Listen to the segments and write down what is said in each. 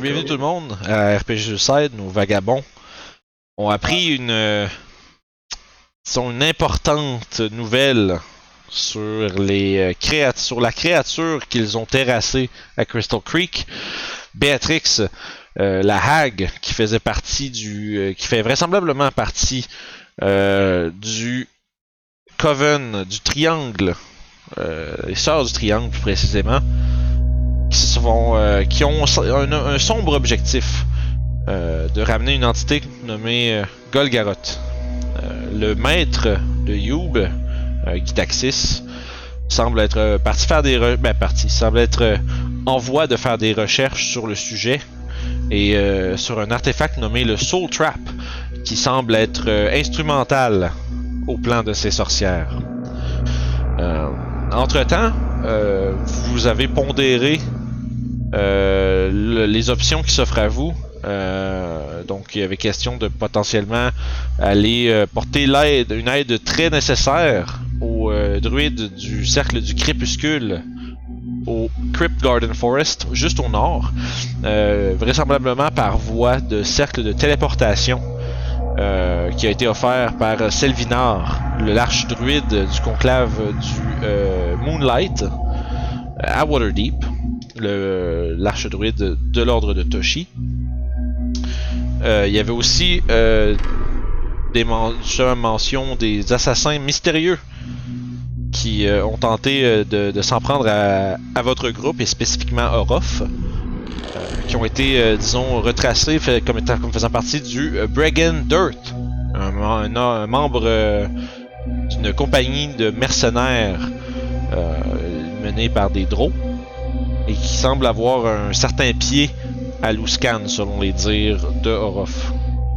bienvenue tout le monde à RPG Suicide. Nos vagabonds ont appris une importante nouvelle sur sur la créature qu'ils ont terrassée à Crystal Creek. Béatrix, la Hag, qui faisait partie qui fait vraisemblablement partie du Coven du Triangle, les Sœurs du Triangle plus précisément, qui ont un sombre objectif de ramener une entité nommée Golgaroth. Le maître de Youb, Gitaxis, semble être semble être en voie de faire des recherches sur le sujet et sur un artefact nommé le Soul Trap, qui semble être instrumental au plan de ces sorcières. Entre-temps, vous avez pondéré les options qui s'offrent à vous. Donc il y avait question de potentiellement aller porter une aide très nécessaire aux druides du cercle du crépuscule au Crypt Garden Forest, juste au nord, vraisemblablement par voie de cercle de téléportation qui a été offert par Selvinar, l'archdruide du conclave du Moonlight à Waterdeep, l'archdruide de l'ordre de Toshi. Il y avait aussi mention des assassins mystérieux qui ont tenté de s'en prendre à votre groupe, et spécifiquement Orof, qui ont été, disons, retracés comme faisant partie du Bregan Dirt, un membre d'une compagnie de mercenaires menée par des Drow, et qui semble avoir un certain pied à Luskan, selon les dires de Orof.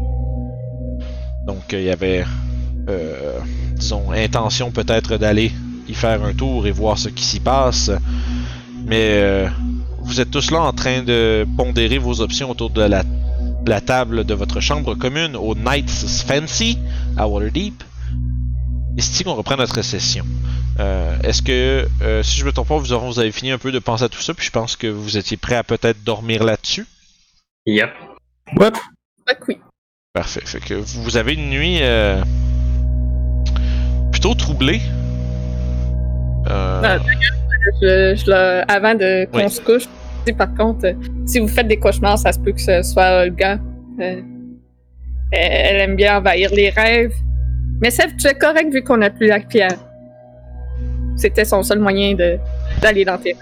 Donc il y avait, disons, intention peut-être d'aller y faire un tour et voir ce qui s'y passe, mais vous êtes tous là en train de pondérer vos options autour de la table de votre chambre commune au Knight's Fancy à Waterdeep. Ici qu'on reprend notre session. Est-ce que, si je me trompe pas, vous avez fini un peu de penser à tout ça, puis je pense que vous étiez prêt à peut-être dormir là-dessus? Yep. Ouais. Oui. Parfait. Fait que vous avez une nuit plutôt troublée. D'ailleurs, avant qu'on se couche, par contre, si vous faites des cauchemars, ça se peut que ce soit Olga. Elle aime bien envahir les rêves. Mais Seth, tu es correct vu qu'on n'a plus la pierre. C'était son seul moyen d'aller dans tes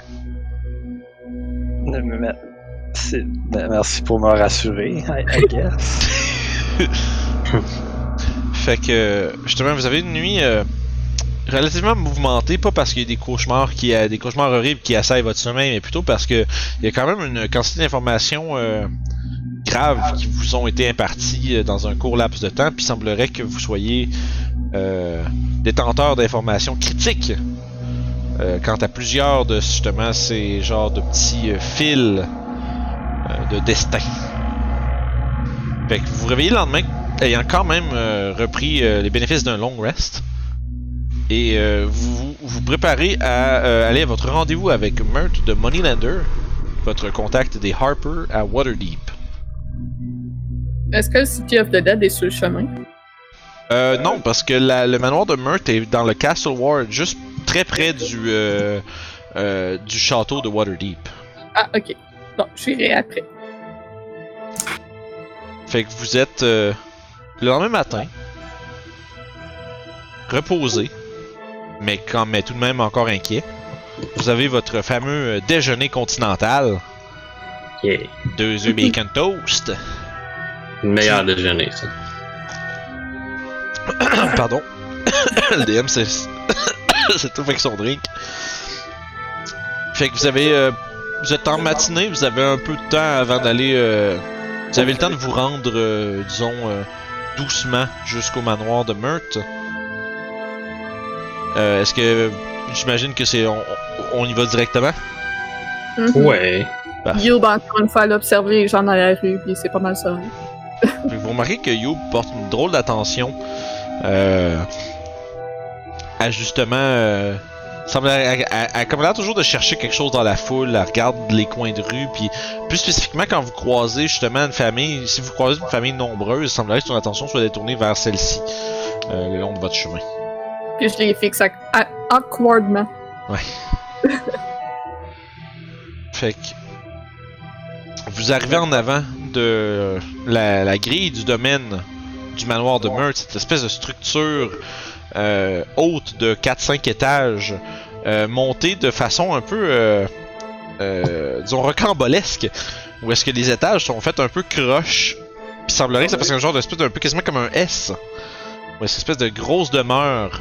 rêves. Merci pour me rassurer, I guess. Fait que, justement, vous avez une nuit relativement mouvementée, pas parce qu'il y a des cauchemars horribles qui assaillent votre sommeil, mais plutôt parce que il y a quand même une quantité d'informations graves qui vous ont été imparties dans un court laps de temps, puis il semblerait que vous soyez détenteur d'informations critiques quant à plusieurs de justement ces genres de petits fils de destin. Fait que vous vous réveillez le lendemain ayant quand même repris les bénéfices d'un long rest, et vous préparez à aller à votre rendez-vous avec Mert de Moneylander, votre contact des Harper à Waterdeep. Est-ce que le City of the Dead est sur le chemin? Non, parce que le manoir de Mert est dans le Castle Ward, juste très près du château de Waterdeep. Ah, ok. Bon, j'irai après. Fait que vous êtes le lendemain matin, reposé, mais tout de même encore inquiet. Vous avez votre fameux déjeuner continental. Yeah. 2 œufs bacon toast. Meilleur déjeuner, ça. Pardon. Le DM, c'est tout avec son drink. Fait que vous êtes en matinée, vous avez un peu de temps avant d'aller... vous avez le temps de vous rendre, disons, doucement jusqu'au manoir de Mert. Est-ce que... J'imagine que on y va directement? Ouais. Youb, encore une fois, elle a observé les gens dans la rue, puis c'est pas mal ça. Vous remarquez que Youb porte une drôle d'attention à justement Elle comme l'air toujours de chercher quelque chose dans la foule, elle regarde les coins de rue, puis plus spécifiquement quand vous croisez justement une famille, si vous croisez une famille nombreuse, il semblerait que son attention soit détournée vers celle-ci, le long de votre chemin. Puis je les fixe awkwardement. Ouais. Fait que vous arrivez en avant de la grille du domaine du manoir de Meurthe, cette espèce de structure haute de 4-5 étages, montée de façon un peu, disons, rocambolesque, où est-ce que les étages sont faits un peu croches, puis semblerait que ça fasse un genre d'espèce d'un peu quasiment comme un S, ou cette espèce de grosse demeure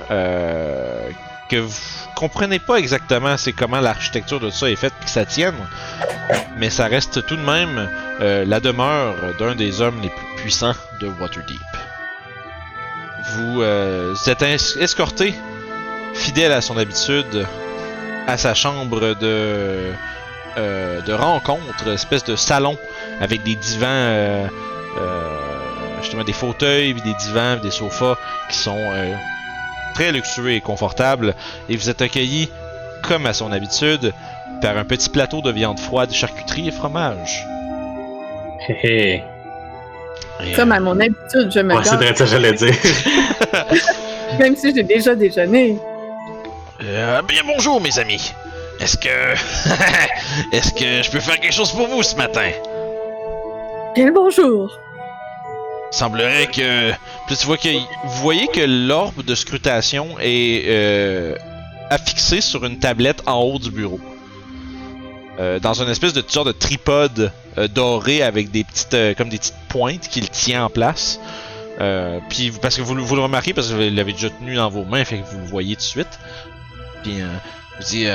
que vous comprenez pas exactement c'est comment l'architecture de ça est faite puis que ça tienne, mais ça reste tout de même la demeure d'un des hommes les plus puissants de Waterdeep. Vous êtes escorté, fidèle à son habitude, à sa chambre de rencontre, espèce de salon avec des divans, justement des fauteuils, des divans, des sofas qui sont très luxueux et confortables, et vous êtes accueilli, comme à son habitude, par un petit plateau de viande froide, charcuterie et fromage. Hé hé. Comme à mon habitude, je me Ouais, c'est garde, vrai, ça j'allais dire. même si j'ai déjà déjeuné. Bien bonjour mes amis. Est-ce que... Est-ce que je peux faire quelque chose pour vous ce matin? Bien le bonjour. Semblerait que... Puis tu vois que... Vous voyez que l'orbe de scrutation est affixé sur une tablette en haut du bureau. Dans une espèce de genre de tripode doré avec des petites comme des petites pointes qui le tient en place. Puis parce que vous le remarquez parce que vous l'avez déjà tenu dans vos mains, fait que vous le voyez tout de suite. Puis vous dites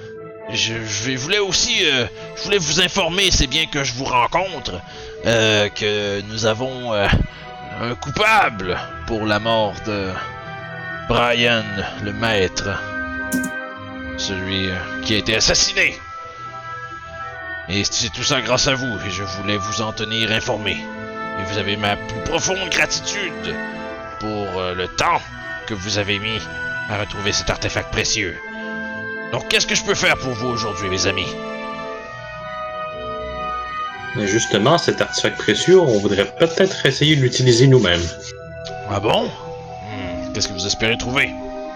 je voulais aussi je voulais vous informer, c'est bien que je vous rencontre, que nous avons un coupable pour la mort de Brian le maître, celui qui a été assassiné. Et c'est tout ça grâce à vous, et je voulais vous en tenir informé. Et vous avez ma plus profonde gratitude pour le temps que vous avez mis à retrouver cet artefact précieux. Donc qu'est-ce que je peux faire pour vous aujourd'hui, mes amis? Mais justement, cet artefact précieux, on voudrait peut-être essayer de l'utiliser nous-mêmes. Ah bon? Qu'est-ce que vous espérez trouver?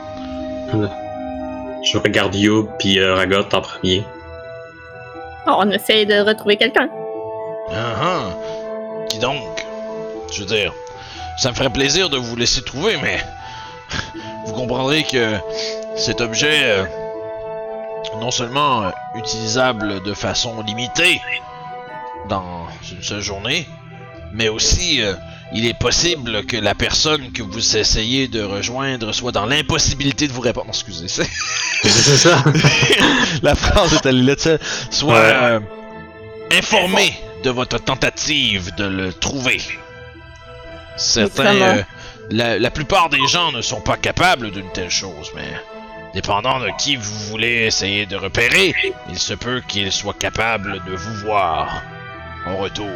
Je regarde Youb puis Ragot en premier. Oh, on essaie de retrouver quelqu'un. Qui donc? Je veux dire, ça me ferait plaisir de vous laisser trouver, mais vous comprendrez que cet objet, non seulement utilisable de façon limitée dans une seule journée, mais aussi il est possible que la personne que vous essayez de rejoindre soit dans l'impossibilité de vous répondre. Excusez, C'est ça. la phrase est allée là, tu sais, soit informé de votre tentative de le trouver. Certains, la plupart des gens ne sont pas capables d'une telle chose, mais dépendant de qui vous voulez essayer de repérer, il se peut qu'il soit capable de vous voir en retour.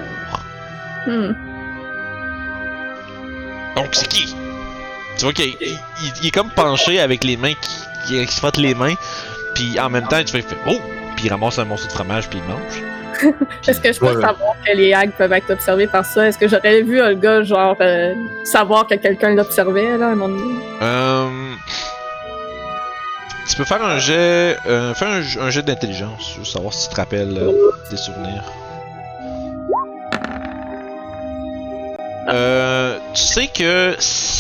Donc c'est qui? Tu vois qu'il est comme penché avec les mains qui frottent les mains, puis en même temps tu fais oh, puis il ramasse un morceau de fromage puis il mange. Est-ce que je peux savoir que les hags peuvent être observés par ça? Est-ce que j'aurais vu Olga, genre, savoir que quelqu'un l'observait, là, à un moment donné? Tu peux faire un jet... fais un jet d'intelligence, juste savoir si tu te rappelles des souvenirs. Tu sais que...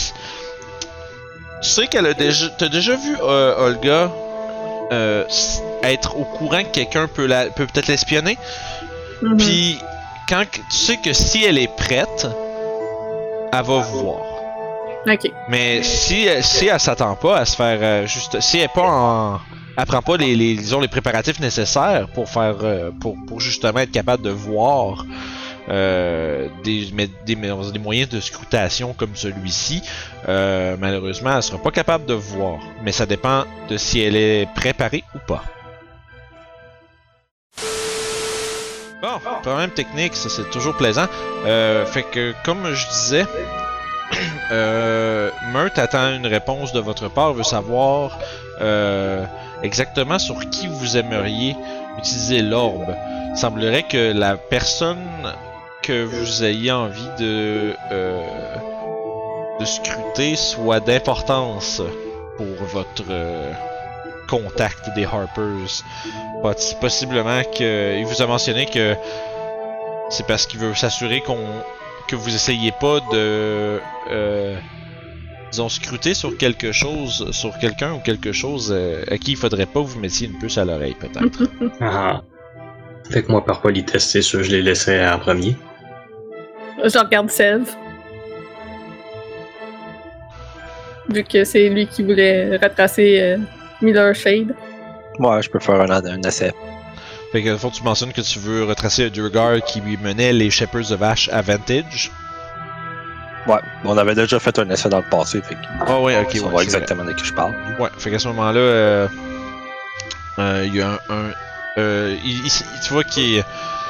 Tu sais qu'elle a déjà... T'as déjà vu Olga être au courant que quelqu'un peut peut-être l'espionner? Puis, quand tu sais que si elle est prête, elle va vous voir. Ok. Mais si elle s'attend pas à se faire si elle est pas en... Elle prend pas disons, les préparatifs nécessaires pour faire pour justement être capable de voir des moyens de scrutation comme celui-ci, malheureusement elle sera pas capable de voir. Mais ça dépend de si elle est préparée ou pas. Bon, problème technique, ça c'est toujours plaisant. Fait que comme je disais, Meurthe attend une réponse de votre part, veut savoir exactement sur qui vous aimeriez utiliser l'orbe. Il semblerait que la personne que vous ayez envie de scruter soit d'importance pour votre contact des Harpers. Possiblement qu'il vous a mentionné que c'est parce qu'il veut s'assurer que vous essayez pas de disons scruter sur quelque chose, sur quelqu'un ou quelque chose à qui il faudrait pas que vous mettiez une puce à l'oreille peut-être. Ah. Fait que moi par politesse, c'est sûr, je les laisserai en premier. Je regarde Sev. Vu que c'est lui qui voulait retracer Miller Shade. Ouais, je peux faire un essai. Fait que, faut que tu mentionnes que tu veux retracer un Durgar qui lui menait les Shepherds of Ash à Vantage. Ouais, on avait déjà fait un essai dans le passé, fait que... Ah ouais, ok, on ouais, voit exactement de qui je parle. Ouais, fait qu'à ce moment-là, il y a tu vois qu'il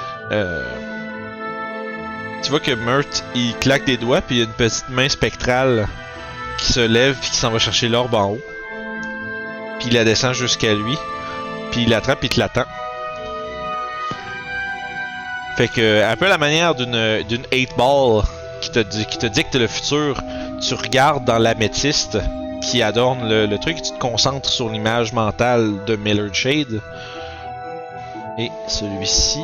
tu vois que Mert, il claque des doigts, puis il y a une petite main spectrale qui se lève puis qui s'en va chercher l'orbe en haut. Puis il la descend jusqu'à lui, puis il l'attrape et il te l'attend. Fait que, un peu à la manière d'une 8-ball qui te dicte le futur, tu regardes dans l'améthyste qui adorne le truc et tu te concentres sur l'image mentale de Millard Shade. Et celui-ci...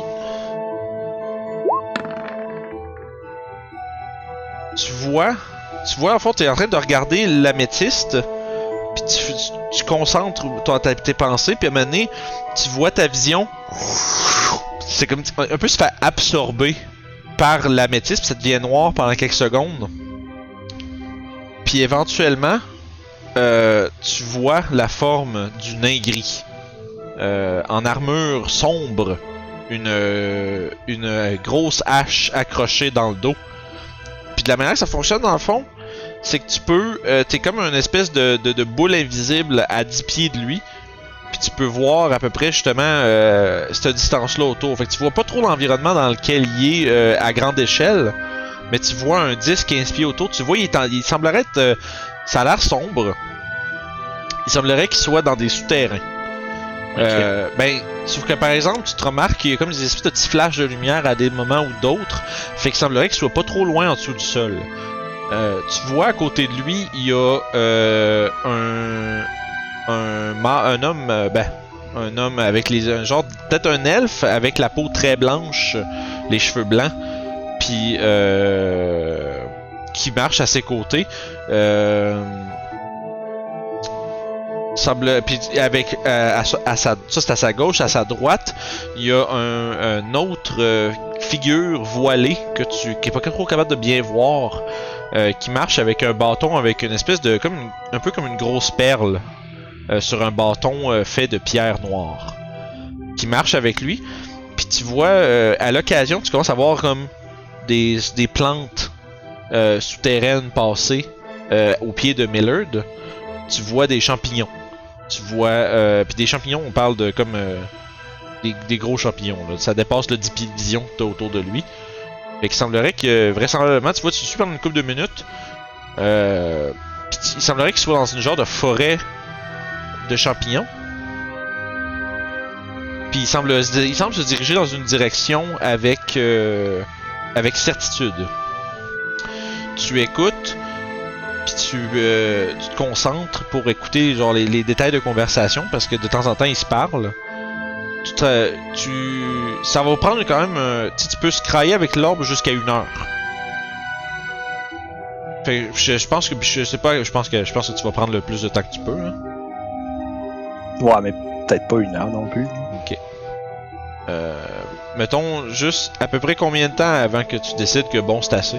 Tu vois, en fait, tu es en train de regarder l'améthyste, puis tu concentres tes pensées, puis à un moment donné, tu vois ta vision. C'est comme un peu se fait absorber par l'améthyste, puis ça devient noir pendant quelques secondes. Puis éventuellement, tu vois la forme du nain gris en armure sombre, une grosse hache accrochée dans le dos. Puis de la manière que ça fonctionne dans le fond, c'est que tu peux, t'es comme une espèce de boule invisible à 10 pieds de lui. Puis tu peux voir à peu près justement cette distance-là autour. Fait que tu vois pas trop l'environnement dans lequel il est à grande échelle, mais tu vois un 10-15 pieds autour. Tu vois, il semblerait être... ça a l'air sombre. Il semblerait qu'il soit dans des souterrains. Okay. Sauf que par exemple, tu te remarques qu'il y a comme des espèces de petits flashs de lumière à des moments ou d'autres. Fait qu'il semblerait qu'il soit pas trop loin en dessous du sol. Tu vois à côté de lui, il y a un homme avec un genre peut-être un elfe avec la peau très blanche, les cheveux blancs, puis qui marche à ses côtés. Puis avec ça c'est à sa gauche, à sa droite, il y a un autre figure voilée qui est pas trop capable de bien voir, qui marche avec un bâton avec une espèce de un peu comme une grosse perle sur un bâton fait de pierre noire, qui marche avec lui. Puis tu vois à l'occasion, tu commences à voir comme des plantes souterraines passer au pied de Millard. Tu vois des champignons. Tu vois, puis des champignons, on parle de comme des gros champignons. Là. Ça dépasse le 10 pieds de vision que tu as autour de lui. Fait qu'il semblerait que, vraisemblablement, tu vois, tu suis pendant une couple de minutes. Puis il semblerait qu'il soit dans une genre de forêt de champignons. Puis il semble se diriger dans une direction avec certitude. Tu écoutes. Puis tu te concentres pour écouter genre les détails de conversation parce que de temps en temps ils se parlent. Ça va prendre quand même. Tu peux scrailler avec l'orbe jusqu'à 1 heure. Fait je pense que je pense que tu vas prendre le plus de temps que tu peux. Hein. Ouais, mais peut-être pas 1 heure non plus. Ok. Mettons juste à peu près combien de temps avant que tu décides que bon c'est assez.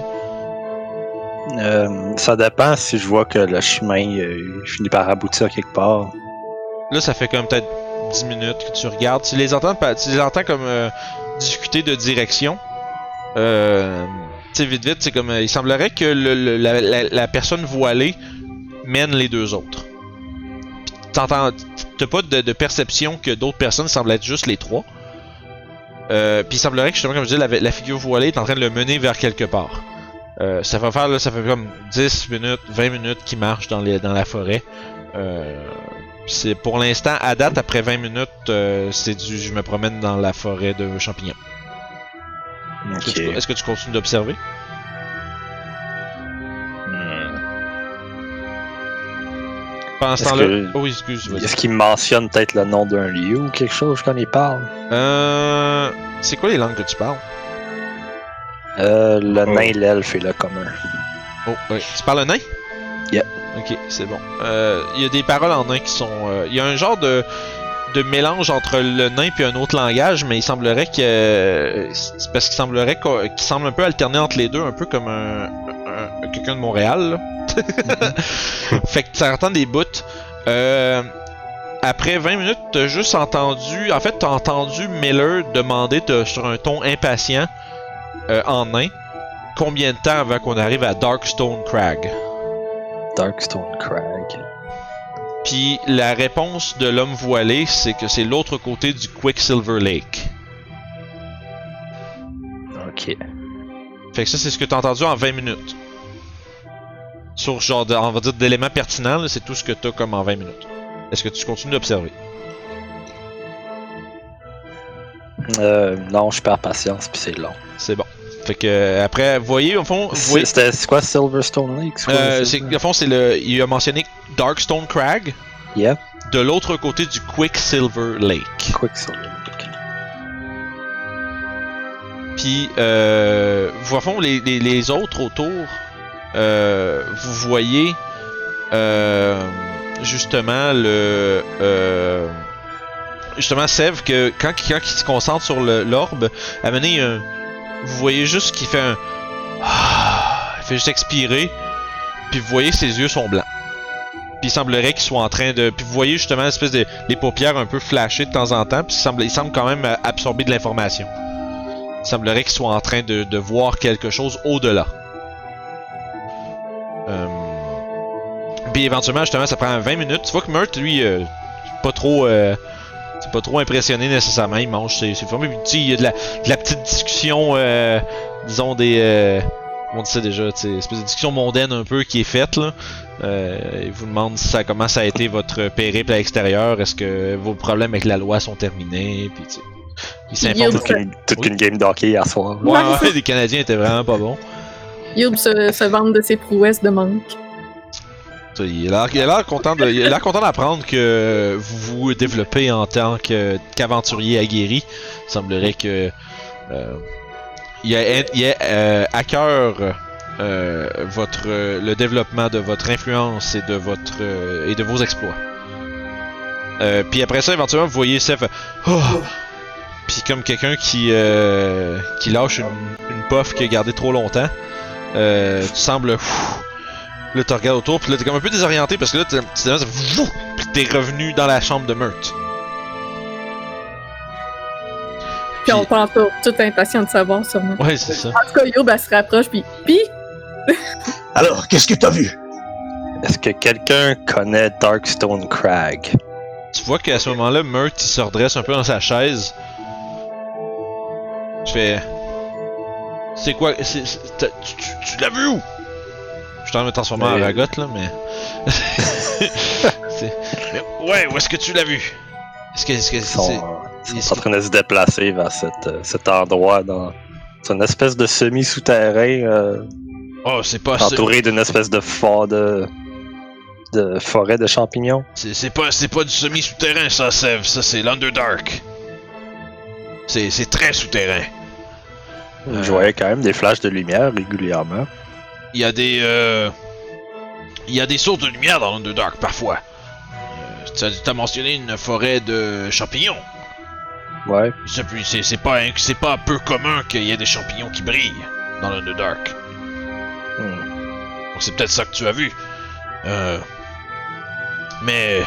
Ça dépend si je vois que le chemin finit par aboutir quelque part. Là, ça fait comme peut-être 10 minutes que tu regardes. Tu les entends comme discuter de direction. Tu sais, vite, c'est comme il semblerait que la personne voilée mène les deux autres. T'as pas de perception que d'autres personnes semblent être juste les trois. Puis il semblerait que justement, comme je disais, la figure voilée est en train de le mener vers quelque part. Ça fait comme 10 minutes, 20 minutes qu'il marche dans la forêt. C'est pour l'instant, à date, après 20 minutes, c'est du je me promène dans la forêt de champignons. Ok. Est-ce que tu continues d'observer? Pendant ce Est-ce temps-là... que- Oh oui, excuse, vas-y. Est-ce qu'il mentionne peut-être le nom d'un lieu ou quelque chose quand il parle? C'est quoi les langues que tu parles? Le nain, l'elfe et le commun. Oh, oui. Tu parles un nain? Yeah. Ok, c'est bon. Il y a des paroles en nain qui sont... Il y a un genre de mélange entre le nain et un autre langage, mais il semblerait que... c'est parce qu'il semblerait qu'il semble un peu alterner entre les deux, un peu comme quelqu'un de Montréal, là. Fait que ça entend des bouts. Après 20 minutes, t'as juste entendu... En fait, t'as entendu Miller demander sur un ton impatient en nain combien de temps avant qu'on arrive à Darkstone Crag. Darkstone Crag. Puis la réponse de l'homme voilé, c'est que c'est l'autre côté du Quicksilver Lake. Ok. Fait que ça, c'est ce que t'as entendu en 20 minutes. Sur genre, on va dire, d'éléments pertinents, là, c'est tout ce que t'as comme en 20 minutes. Est-ce que tu continues d'observer? Non, je perds patience, puis c'est long. C'est bon. Fait que après, voyez, au fond, C'est quoi Silverstone Lake? au fond, il a mentionné Darkstone Crag. Yep. De l'autre côté du Quicksilver Lake. Quicksilver Lake. Puis, au fond, les autres autour, vous voyez justement justement Sev que quand il se concentre sur l'orbe, à mener vous voyez juste qu'il fait un il fait juste expirer, puis vous voyez que ses yeux sont blancs. Puis il semblerait qu'il soit en train de... Puis vous voyez justement l'espèce de... les paupières un peu flashées de temps en temps, puis il semble quand même absorber de l'information. Il semblerait qu'il soit en train de voir quelque chose au-delà. Puis éventuellement, justement, ça prend 20 minutes. Tu vois que Mert, lui, pas trop... c'est pas trop impressionné nécessairement. Il mange ses formes. Puis il y a de la petite discussion, disons des... comment on dit ça déjà, une espèce de discussion mondaine un peu qui est faite, là. Il vous demande comment ça a été votre périple à l'extérieur. Est-ce que vos problèmes avec la loi sont terminés? Puis, il s'informe. Toute une game d'hockey hier soir. Ouais, les Canadiens étaient vraiment pas bons. Youb se vante de ses prouesses de manque. Il a l'air content d'apprendre que vous vous développez en tant qu'aventurier aguerri. Il semblerait que il y a à cœur le développement de votre influence et de vos exploits. Puis après ça, éventuellement, vous voyez Seth. Puis comme quelqu'un qui lâche une puff qu'il a gardée trop longtemps, tu sembles. Là, tu regardes autour, puis là, t'es comme un peu désorienté parce que là, puis t'es revenu dans la chambre de Mert. Puis on pense tout impatient de savoir sûrement. Ouais, c'est ça. En tout cas, Youb, elle se rapproche, puis Alors, qu'est-ce que t'as vu? Est-ce que quelqu'un connaît Darkstone Crag? Tu vois qu'à ce moment-là, Mert, il se redresse un peu dans sa chaise. Je fais... C'est quoi? Tu l'as vu où? Je suis en train de me transformer en ragotte, là, mais... mais... Ouais, où est-ce que tu l'as vu? Ils sont en train de se déplacer vers cet endroit dans une espèce de semi-souterrain c'est pas entouré d'une espèce de forêt de champignons. C'est pas du semi-souterrain, ça, Sev. Ça, c'est l'Underdark. C'est très souterrain. Je voyais quand même des flashs de lumière régulièrement. Il y a des sources de lumière dans l'Underdark, parfois. T'as mentionné une forêt de champignons. Ouais. C'est pas peu commun qu'il y ait des champignons qui brillent dans l'Underdark. Donc c'est peut-être ça que tu as vu. Mais...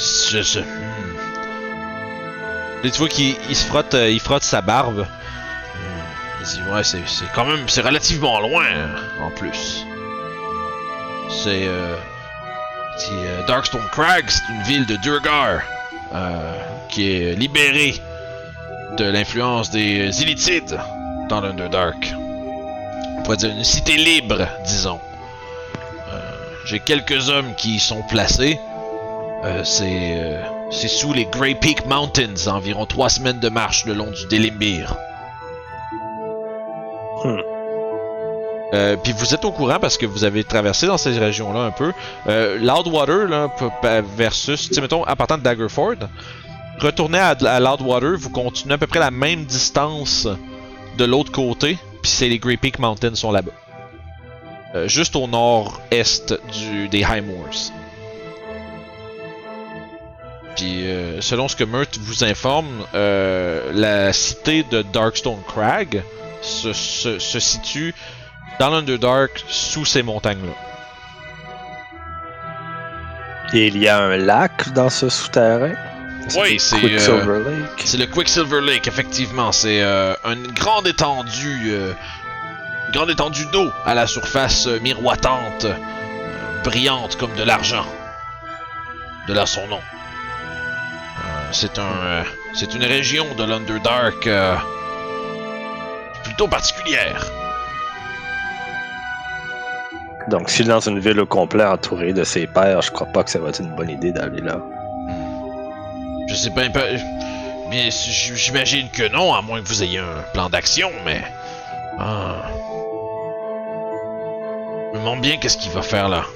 Là, tu vois qu'il il frotte sa barbe. Il dit, ouais, c'est relativement loin, en plus. C'est Darkstone Crag, c'est une ville de Durgar, qui est libérée de l'influence des Illithides dans l'Underdark. On pourrait dire une cité libre, disons. J'ai quelques hommes qui y sont placés, C'est sous les Grey Peak Mountains, à environ 3 semaines de marche le long du Délimbir. Puis vous êtes au courant parce que vous avez traversé dans ces régions-là un peu. Loudwater, là, versus, tu sais, mettons, en partant de Daggerford, retournez à Loudwater, vous continuez à peu près la même distance de l'autre côté, puis c'est les Grey Peak Mountains sont là-bas. Juste au nord-est des High Moors. Puis, selon ce que Mert vous informe, la cité de Darkstone Crag se situe dans l'Underdark, sous ces montagnes-là. Et il y a un lac dans ce souterrain? Oui, c'est Quicksilver Lake. C'est le Quicksilver Lake, effectivement. C'est une grande étendue d'eau à la surface miroitante, brillante comme de l'argent. De là son nom. C'est une région de l'Underdark plutôt particulière. Donc, s'il est dans une ville au complet entourée de ses pairs, je crois pas que ça va être une bonne idée d'aller là. Je sais pas, mais j'imagine que non, à moins que vous ayez un plan d'action, mais... Je me demande bien qu'est-ce qu'il va faire là.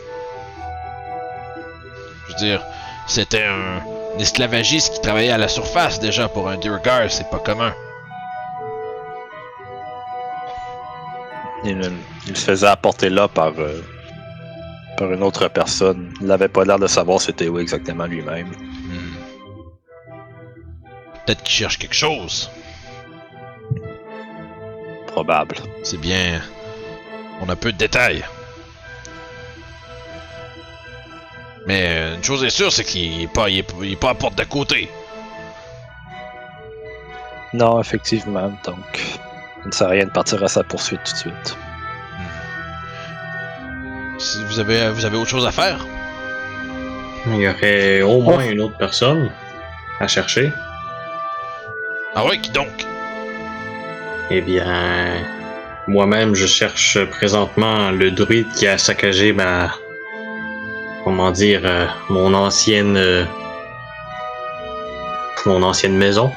Je veux dire, c'était un esclavagiste qui travaillait à la surface déjà pour un Duergar, c'est pas commun. Il se faisait apporter là par une autre personne. Il n'avait pas l'air de savoir c'était où exactement lui-même. Peut-être qu'il cherche quelque chose. Probable. C'est bien... On a peu de détails. Mais une chose est sûre, c'est qu'il est pas à porte d'à côté. Non, effectivement, donc... Ça ne sert à rien de partir à sa poursuite tout de suite. Si vous avez autre chose à faire? Il y aurait au moins une autre personne à chercher. Ah oui, qui donc? Eh bien, moi-même, je cherche présentement le druide qui a saccagé mon ancienne maison.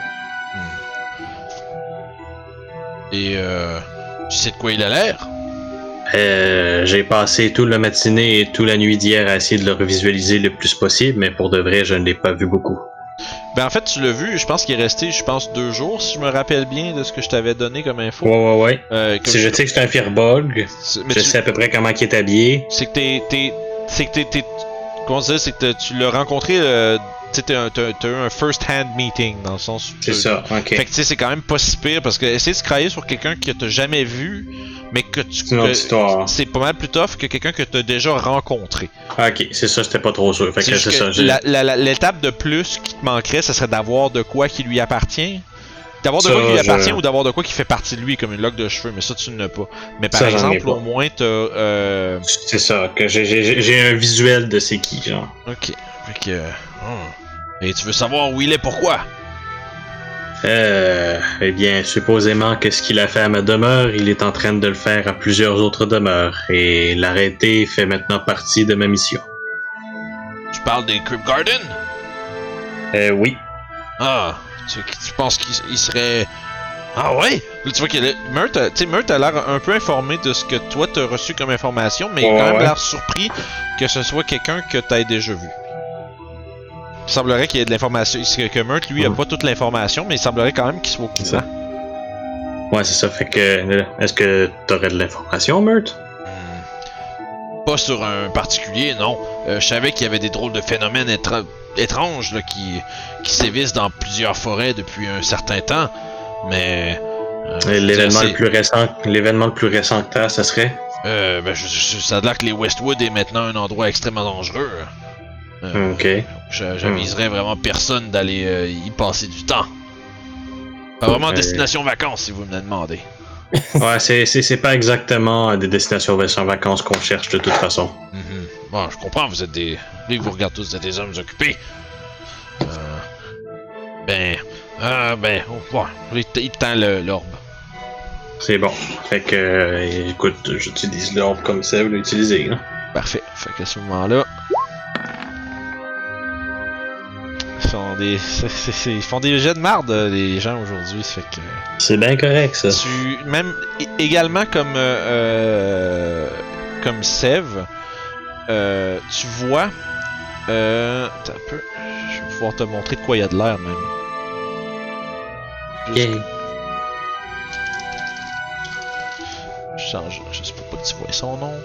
Et tu sais de quoi il a l'air? J'ai passé toute la matinée et toute la nuit d'hier à essayer de le revisualiser le plus possible, mais pour de vrai, je ne l'ai pas vu beaucoup. Ben en fait, tu l'as vu, je pense qu'il est resté, 2 jours, si je me rappelle bien de ce que je t'avais donné comme info. Ouais. Si je sais que c'est un Firbolg, je sais à peu près comment il est habillé. C'est que comment dire, c'est que tu l'as rencontré, t'as eu un first-hand meeting, dans le sens où... C'est ça, ok. Fait que tu sais, c'est quand même pas si pire, parce que essayer de se crailler sur quelqu'un que t'as jamais vu, mais que tu... C'est une autre histoire. C'est pas mal plus tough que quelqu'un que t'as déjà rencontré. Ok, c'est ça, j'étais pas trop sûr. Fait que c'est ça. L'étape de plus qui te manquerait, ça serait d'avoir de quoi qui lui appartient. D'avoir de quoi qui lui appartient ou d'avoir de quoi qui fait partie de lui, comme une loque de cheveux, mais ça tu n'as pas. Mais par exemple, au moins t'as... C'est ça, que j'ai un visuel de c'est qui, genre. Ok, fait que... Et tu veux savoir où il est, pourquoi? Eh bien, supposément que ce qu'il a fait à ma demeure, il est en train de le faire à plusieurs autres demeures, et l'arrêter fait maintenant partie de ma mission. Tu parles des Crypt Garden? Oui. Ah, tu penses qu'il serait... Ah ouais? Là, tu vois que Mert a l'air un peu informé de ce que toi t'as reçu comme information, mais il a quand même l'air surpris que ce soit quelqu'un que t'aies déjà vu. Il semblerait qu'il y ait de l'information. Que Mert, lui, a pas toute l'information, mais il semblerait quand même qu'il soit au courant. Ouais, c'est ça. Fait que... Est-ce que t'aurais de l'information, Mert? Pas sur un particulier, non. Je savais qu'il y avait des drôles de phénomènes étranges là, qui sévissent dans plusieurs forêts depuis un certain temps, mais... l'événement le plus récent que t'as, ça serait? Ça a l'air que les Westwood est maintenant un endroit extrêmement dangereux. Ok. J'aviserais vraiment personne d'aller y passer du temps. Pas vraiment destination vacances, si vous me le demandez. Ouais, c'est pas exactement des destinations vacances qu'on cherche de toute façon. Bon, je comprends, vous êtes des... Vu que vous regardez tous, vous êtes des hommes occupés. Il te tend l'orbe. C'est bon. Fait que, écoute, j'utilise l'orbe comme ça, vous l'utilisez, là. Parfait. Fait qu'à ce moment-là... Ils font des jets de marde, les gens aujourd'hui, ça fait que... C'est bien correct, ça. Même également comme Sev, tu vois... Attends un peu, je vais pouvoir te montrer de quoi il y a de l'air même. Okay. Je change, je sais pas que tu vois son nom.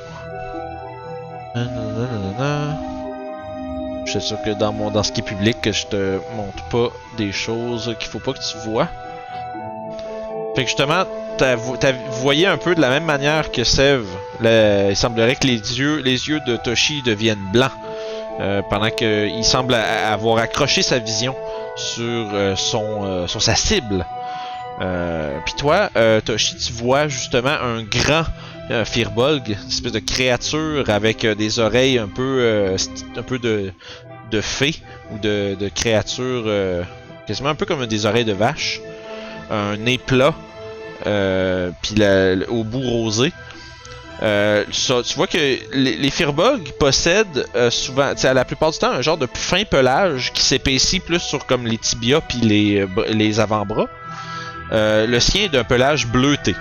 Je suis sûr que dans ce qui est public, que je te montre pas des choses qu'il faut pas que tu vois. Fait que justement, vous voyez un peu de la même manière que Sev, il semblerait que les yeux de Toshi deviennent blancs. Pendant qu'il semble avoir accroché sa vision sur sa cible. Puis toi, Toshi, tu vois justement un grand Firbolg, une espèce de créature avec des oreilles un peu de fée ou de créature quasiment un peu comme des oreilles de vache, un nez plat, puis au bout rosé. Tu vois que les Firbolg possèdent souvent, la plupart du temps, un genre de fin pelage qui s'épaissit plus sur comme les tibias puis les avant-bras. Le sien est d'un pelage bleuté.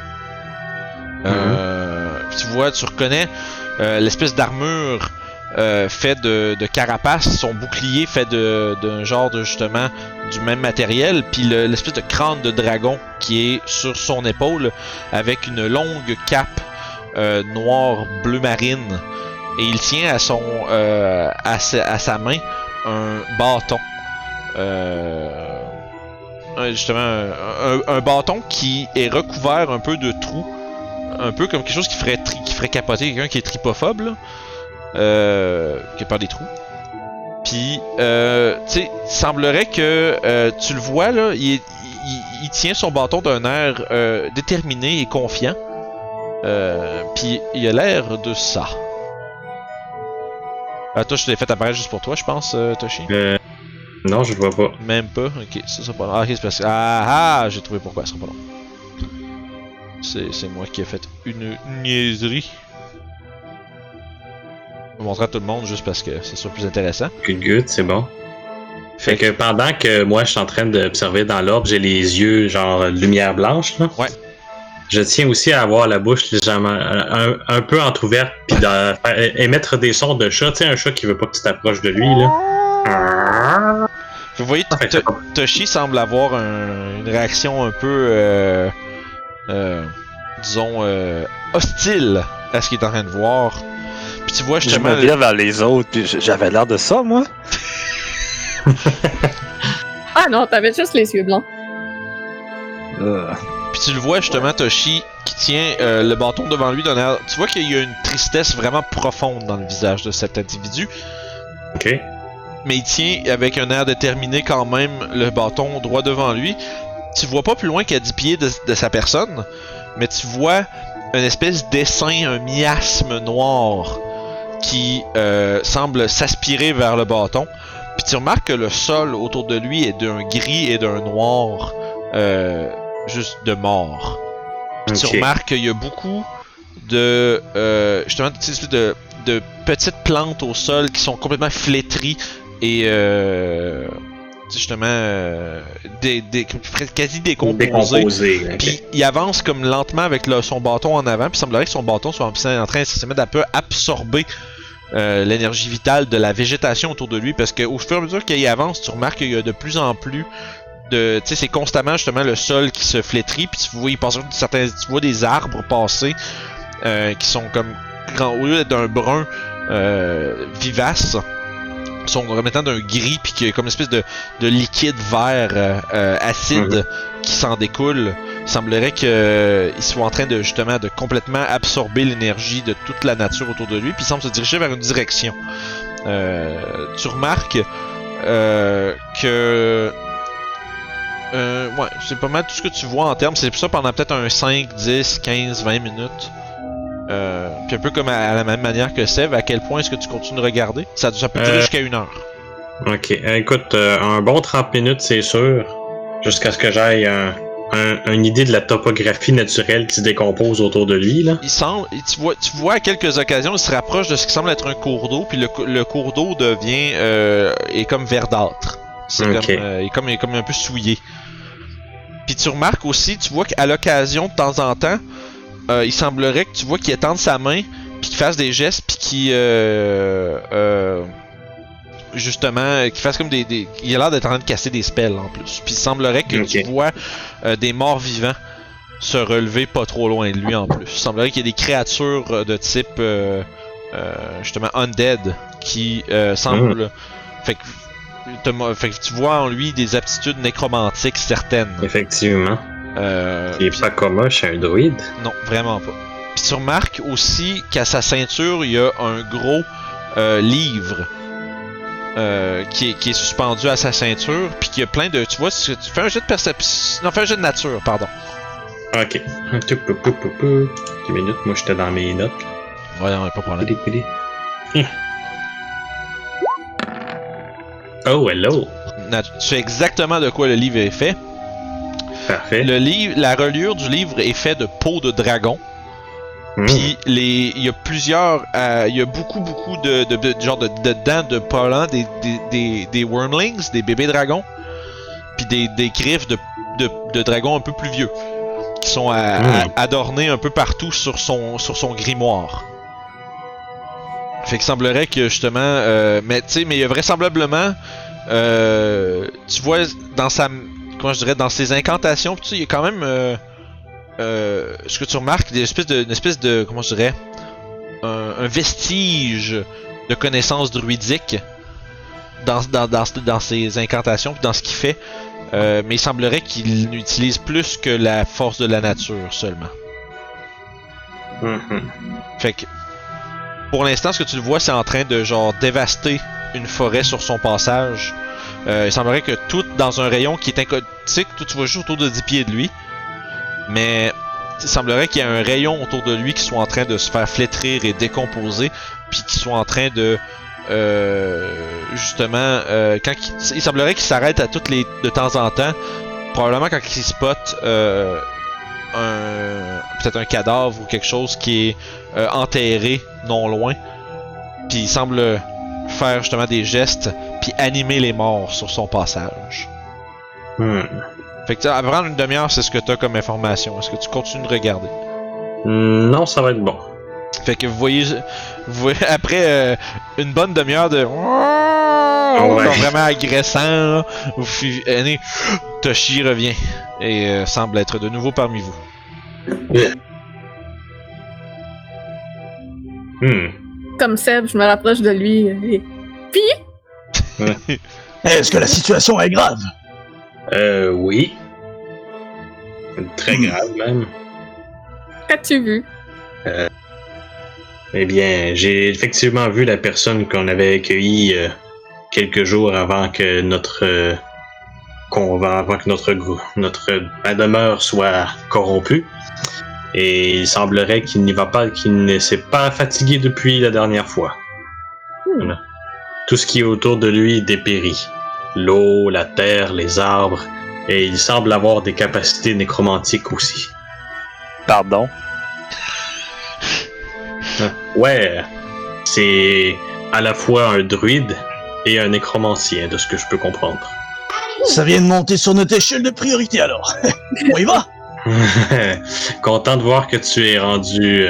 Tu reconnais l'espèce d'armure fait de carapace, son bouclier fait d'un genre de justement du même matériel, puis l'espèce de crâne de dragon qui est sur son épaule avec une longue cape noir bleu marine, et il tient à sa main un bâton, justement un bâton qui est recouvert un peu de trous, un peu comme quelque chose qui ferait capoter quelqu'un qui est tripophobe là, qui a peur des trous. Puis tu sais, il semblerait que tu le vois là, il tient son bâton d'un air déterminé et confiant. Puis il a l'air de ça. Toi, je te l'ai fait apparaître juste pour toi, je pense, Toshi. Non, je le vois pas. Même pas. Ok, ça sera pas long. Ah, ok, c'est parce que. J'ai trouvé pourquoi, ça sera pas long. C'est moi qui ai fait une niaiserie. Je vais montrer à tout le monde juste parce que c'est sûr plus intéressant. Good, c'est bon. Fait que pendant que moi je suis en train d'observer dans l'orbe, j'ai les yeux genre lumière blanche là. Ouais. Je tiens aussi à avoir la bouche légèrement un peu entrouverte puis émettre des sons de chat, tu sais, un chat qui veut pas que tu t'approches de lui là. Vous voyez, Toshi semble avoir une réaction un peu disons hostile à ce qu'il est en train de voir. Puis tu vois justement. Je me viens vers les autres, puis j'avais l'air de ça, moi. Ah non, t'avais juste les yeux blancs. Puis tu le vois justement, Toshi, qui tient le bâton devant lui d'un air. Tu vois qu'il y a une tristesse vraiment profonde dans le visage de cet individu. Ok. Mais il tient avec un air déterminé quand même le bâton droit devant lui. Tu vois pas plus loin qu'à 10 pieds de sa personne, mais tu vois une espèce de dessin, un miasme noir qui semble s'aspirer vers le bâton. Puis tu remarques que le sol autour de lui est d'un gris et d'un noir juste de mort. Puis tu remarques qu'il y a beaucoup de justement de petites plantes au sol qui sont complètement flétries et justement quasi décomposées. Puis il avance comme lentement avec son bâton en avant, puis il semblerait que son bâton soit en train de se mettre un peu absorber l'énergie vitale de la végétation autour de lui, parce qu'au fur et à mesure qu'il avance, tu remarques qu'il y a de plus en plus de, tu sais, c'est constamment justement le sol qui se flétrit, puis tu vois des arbres passer qui sont comme au lieu d'être d'un brun vivace, sont remettant d'un gris, puis qu'il y a comme une espèce de liquide vert acide qui s'en découle. Il semblerait qu'ils soient en train de justement de complètement absorber l'énergie de toute la nature autour de lui, puis il semble se diriger vers une direction. Tu remarques que ouais, c'est pas mal tout ce que tu vois en termes. C'est ça pendant peut-être un 5, 10, 15, 20 minutes. Puis un peu comme à la même manière que Sev, à quel point est-ce que tu continues de regarder? Ça peut durer jusqu'à 1 heure. Ok, écoute, un bon 30 minutes c'est sûr, jusqu'à ce que j'aille une idée de la topographie naturelle qui se décompose autour de lui, là. Tu vois à quelques occasions, il se rapproche de ce qui semble être un cours d'eau, puis le cours d'eau devient est comme verdâtre. C'est comme, il est comme un peu souillé. Puis tu remarques aussi, tu vois qu'à l'occasion, de temps en temps, il semblerait que tu vois qu'il étende sa main, puis qu'il fasse des gestes, puis qu'il justement, qu'il fasse comme il a l'air d'être en train de casser des spells en plus. Puis il semblerait que tu vois des morts vivants se relever pas trop loin de lui en plus. Il semblerait qu'il y ait des créatures de type justement undead qui semblent. Fait que tu vois en lui des aptitudes nécromantiques certaines. Effectivement. Il est pas commun chez un druide. Non, vraiment pas. Puis tu remarques aussi qu'à sa ceinture, il y a un gros livre qui est suspendu à sa ceinture, puis qu'il y a plein de... Tu vois, tu fais un jet de perception... Non, fais un jet de nature, pardon. Ok. 2 minutes, moi j'étais dans mes notes. Ouais, non, pas de problème. Oh, hello! Tu sais exactement de quoi le livre est fait. Parfait. La reliure du livre est fait de peau de dragon. Puis il y a plusieurs, il y a beaucoup de genre de dents de pollen, des wormlings, des bébés dragons, puis des griffes de dragons un peu plus vieux, qui sont adornés un peu partout sur son grimoire. Fait qu'il semblerait que justement, mais il y a vraisemblablement, tu vois dans dans ses incantations, tu sais, il y a quand même ce que tu remarques, une espèce de comment je dirais, un vestige de connaissances druidiques dans ses incantations, dans ce qu'il fait, mais il semblerait qu'il n'utilise plus que la force de la nature seulement. Fait que pour l'instant, ce que tu le vois, c'est en train de genre dévaster une forêt sur son passage. Il semblerait que tout dans un rayon qui est inconnu, tu sais que tout tu vois juste autour de 10 pieds de lui. Mais il semblerait qu'il y ait un rayon autour de lui qui soit en train de se faire flétrir et décomposer, puis qui soit en train de justement il semblerait qu'il s'arrête de temps en temps, probablement quand il spot peut-être un cadavre ou quelque chose qui est enterré non loin, puis il semble faire justement des gestes puis animer les morts sur son passage. Fait que à prendre une demi-heure, c'est ce que t'as comme information. Est-ce que tu continues de regarder? Non, ça va être bon. Fait que vous voyez après une bonne demi-heure de vraiment agressant, Toshi revient et semble être de nouveau parmi vous. Comme Seb, je me rapproche de lui. Et... Puis? Est-ce que la situation est grave? Oui. Très grave, même. Qu'as-tu vu? Eh bien, j'ai effectivement vu la personne qu'on avait accueillie quelques jours avant que notre demeure soit corrompue. Et il semblerait qu'il ne s'est pas fatigué depuis la dernière fois. Voilà. Tout ce qui est autour de lui dépérit. L'eau, la terre, les arbres, et il semble avoir des capacités nécromantiques aussi. Pardon? Ouais, c'est à la fois un druide et un nécromancien, de ce que je peux comprendre. Ça vient de monter sur notre échelle de priorité alors. On y va? Content de voir que tu es rendu,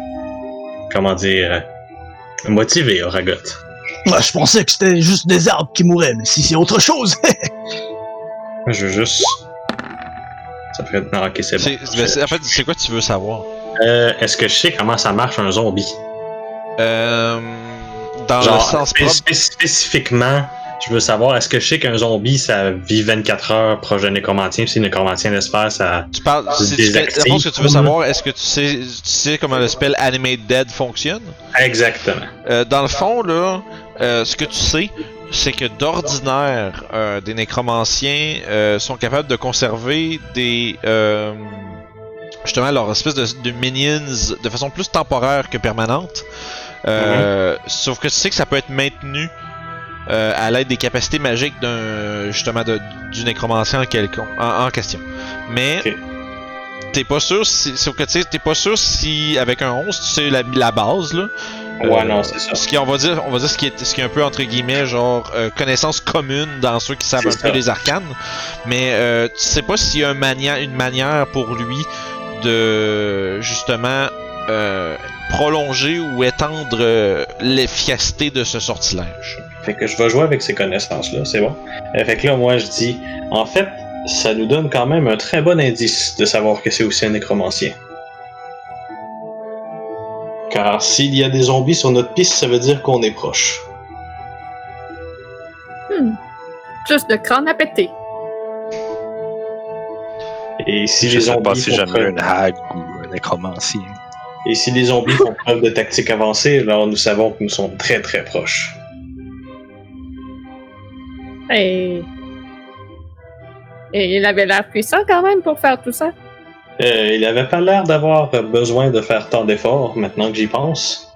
motivé, Oragot. Moi, je pensais que c'était juste des arbres qui mouraient, mais si c'est autre chose... Je veux juste... Ça ferait... Non, ok, c'est bon. En fait, c'est quoi tu veux savoir? Est-ce que je sais comment ça marche un zombie? Dans genre, le sens propre... Spécifiquement, je veux savoir, est-ce que je sais qu'un zombie, ça vit 24 heures proche d'un nécromancien, si le nécromancien laisse faire, ça... Tu parles... Ce que tu veux savoir, est-ce que tu sais comment le spell Animate Dead fonctionne? Exactement. Dans le fond, là, ce que tu sais, c'est que d'ordinaire, des nécromanciens sont capables de conserver des... justement, leur espèce de minions de façon plus temporaire que permanente. Sauf que tu sais que ça peut être maintenu à l'aide des capacités magiques du nécromancien en question. Mais t'es pas sûr si... Sauf que tu sais, t'es pas sûr si avec un 11, tu sais la base, là. Ouais, non, c'est ça. Ce qui, on va dire ce qui est un peu entre guillemets genre connaissance commune dans ceux qui savent un peu les arcanes, mais tu sais pas s'il y a une manière pour lui de justement prolonger ou étendre l'efficacité de ce sortilège. Fait que je vais jouer avec ces connaissances-là, c'est bon. Fait que là, moi, je dis, en fait, ça nous donne quand même un très bon indice de savoir que c'est aussi un nécromancien. Car s'il y a des zombies sur notre piste, ça veut dire qu'on est proche. Juste de crâne à péter. Et si Je les sais zombies pas si font j'aime preuve- mieux une hague ou un nécromancien. Et si les zombies font preuve de tactique avancée, alors nous savons que nous sommes très très proches. Et il avait l'air puissant quand même pour faire tout ça. Il avait pas l'air d'avoir besoin de faire tant d'efforts, maintenant que j'y pense.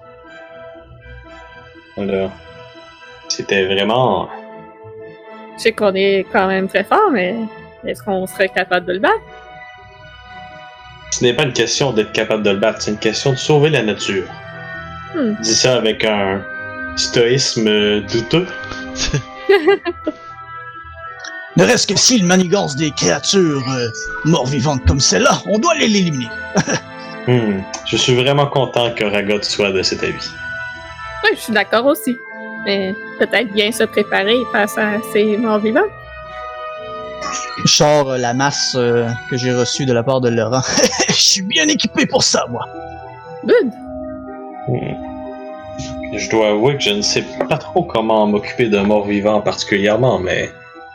Alors, c'était vraiment... Je sais qu'on est quand même très fort, mais est-ce qu'on serait capable de le battre? Ce n'est pas une question d'être capable de le battre, c'est une question de sauver la nature. Dis ça avec un stoïsme douteux. Ne reste que s'il manigance des créatures mort-vivantes comme celle-là, on doit l'éliminer. Je suis vraiment content que Ragot soit de cet avis. Oui, je suis d'accord aussi. Mais peut-être bien se préparer face à ces morts vivants. Je sors la masse que j'ai reçue de la part de Laurent. Je suis bien équipé pour ça, moi. Good. Je dois avouer que je ne sais pas trop comment m'occuper de morts-vivants particulièrement, mais...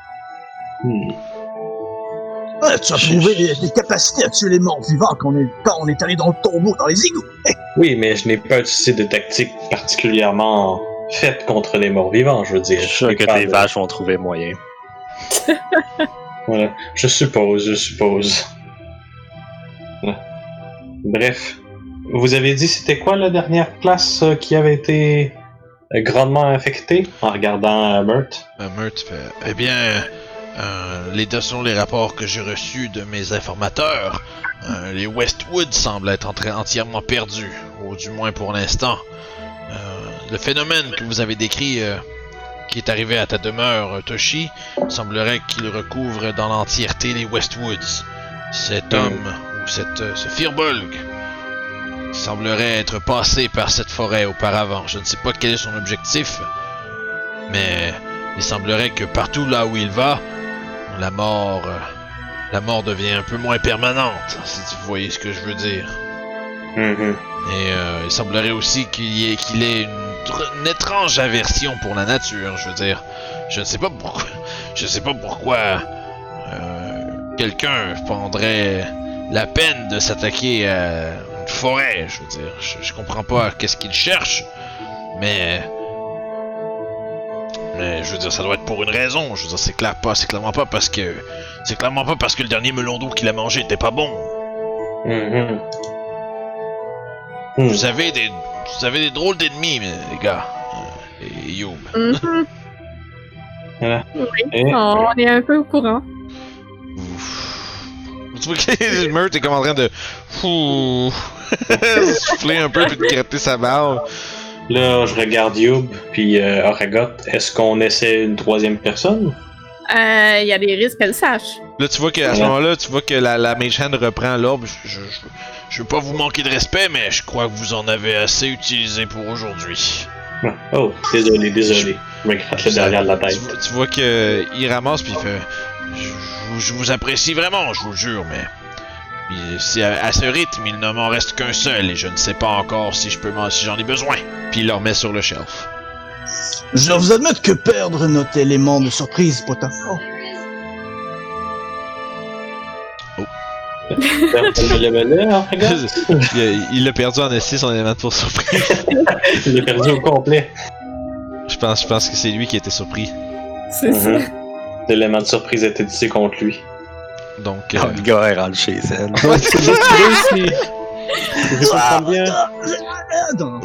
Ouais, tu as prouvé des capacités à tuer les morts-vivants quand on est allé dans le tombeau, dans les égouts. Oui, mais je n'ai pas utilisé de tactique particulièrement faite contre les morts-vivants, je veux dire. Je suis sûr que tes vaches vont trouver moyen. Voilà. Je suppose. Voilà. Bref. Vous avez dit c'était quoi la dernière place qui avait été grandement affectée en regardant Mert? Mert fait eh bien, selon les rapports que j'ai reçus de mes informateurs, les Westwood semblent être entièrement perdus, ou du moins pour l'instant. Le phénomène que vous avez décrit, qui est arrivé à ta demeure, Toshi, semblerait qu'il recouvre dans l'entièreté les Westwoods. Cet homme, ou ce Firbolg, semblerait être passé par cette forêt auparavant. Je ne sais pas quel est son objectif, mais il semblerait que partout là où il va, la mort devient un peu moins permanente, si vous voyez ce que je veux dire. Et il semblerait aussi qu'il ait une étrange aversion pour la nature, je veux dire. Je ne sais pas pourquoi quelqu'un prendrait la peine de s'attaquer à une forêt, je veux dire. Je comprends pas qu'est-ce qu'il cherche, mais je veux dire, ça doit être pour une raison. Je veux dire, c'est clairement pas parce que le dernier melon d'eau qu'il a mangé était pas bon. Vous avez des drôles d'ennemis, les gars. Et Youb. Voilà. Oui, on est un peu au courant. Tu vois que Mert est comme en train de souffler un peu puis de gratter sa barbe. Là, je regarde Youb puis Aragot. Est-ce qu'on essaie une troisième personne? Il y a des risques qu'elle sache. Là, tu vois qu'à ce moment-là, tu vois que la Mage Hand reprend l'orbe. Je veux pas vous manquer de respect, mais je crois que vous en avez assez utilisé pour aujourd'hui. Oh, désolé. Je me gratte le derrière de la tête. Tu vois qu'il ramasse puis il fait je vous apprécie vraiment, je vous le jure, mais à ce rythme, il ne m'en reste qu'un seul et je ne sais pas encore si j'en ai besoin. Puis il le remet sur le shelf. Je dois vous admettre que perdre notre élément de surprise, potin. Il l'a perdu en essai, son élément de surprise. Il l'a perdu au complet. Je pense que c'est lui qui était surpris. C'est ça. L'élément de surprise était utilisé contre lui. Donc, le gars est rentré chez elle. Ouais, c'est juste lui aussi. Je comprends bien. Non,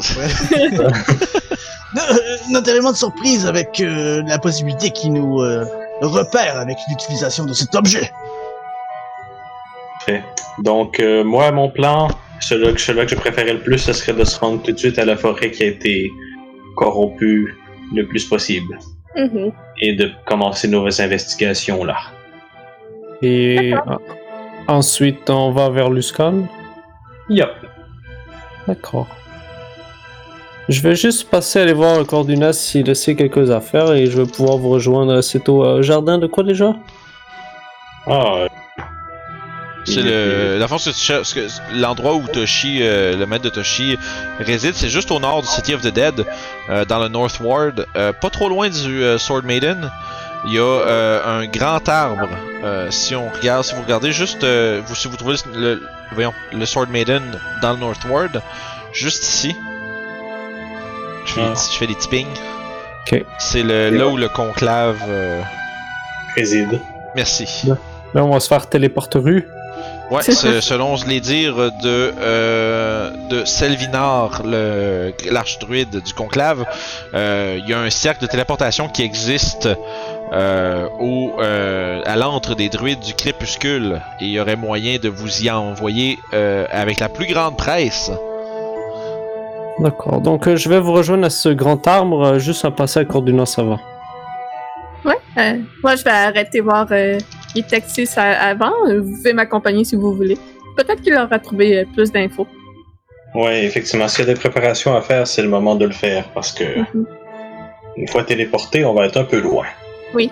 notre élément de surprise avec la possibilité qui nous repère avec l'utilisation de cet objet. Parfait. Donc, moi, mon plan, Celui que je préférais le plus, ce serait de se rendre tout de suite à la forêt qui a été corrompue le plus possible. Mhm. Et de commencer nos investigations là. Et ensuite, on va vers Luskan. Yup. D'accord. Je vais juste passer aller voir le Cordunas s'il sait quelques affaires et je vais pouvoir vous rejoindre. C'est au jardin de quoi déjà? Ah, C'est la force que tu cherches, l'endroit où Toshi, le maître de Toshi, réside, c'est juste au nord du City of the Dead, dans le North Ward, pas trop loin du Sword Maiden. Il y a un grand arbre. Si vous regardez juste, si vous trouvez le Sword Maiden dans le North Ward, juste ici. Je fais des petits pings. Ok. C'est là où le conclave réside. Merci. Là, on va se faire téléporter rue. Ouais, selon les dires de Selvinar, l'archdruide du conclave, il y a un cercle de téléportation qui existe à l'antre des druides du crépuscule, et il y aurait moyen de vous y envoyer avec la plus grande presse. D'accord, donc je vais vous rejoindre à ce grand arbre, juste à passer à Cordunas, ça va. Ouais, moi je vais arrêter voir Itaxis avant. Vous pouvez m'accompagner si vous voulez. Peut-être qu'il aura trouvé plus d'infos. Ouais, effectivement, s'il y a des préparations à faire, c'est le moment de le faire, parce que une fois téléporté, on va être un peu loin. Oui.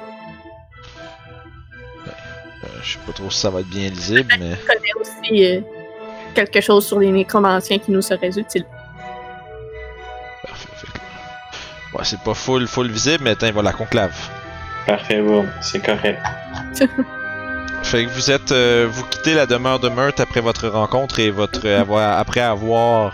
Je sais pas trop si ça va être bien lisible, mais... Je connais aussi quelque chose sur les nécromanciens qui nous serait utile. Parfait. Ouais, c'est pas full visible, mais attends, il va la conclave. Parfait, bon, c'est correct. Fait que vous quittez la demeure de Meurthe après votre rencontre et après avoir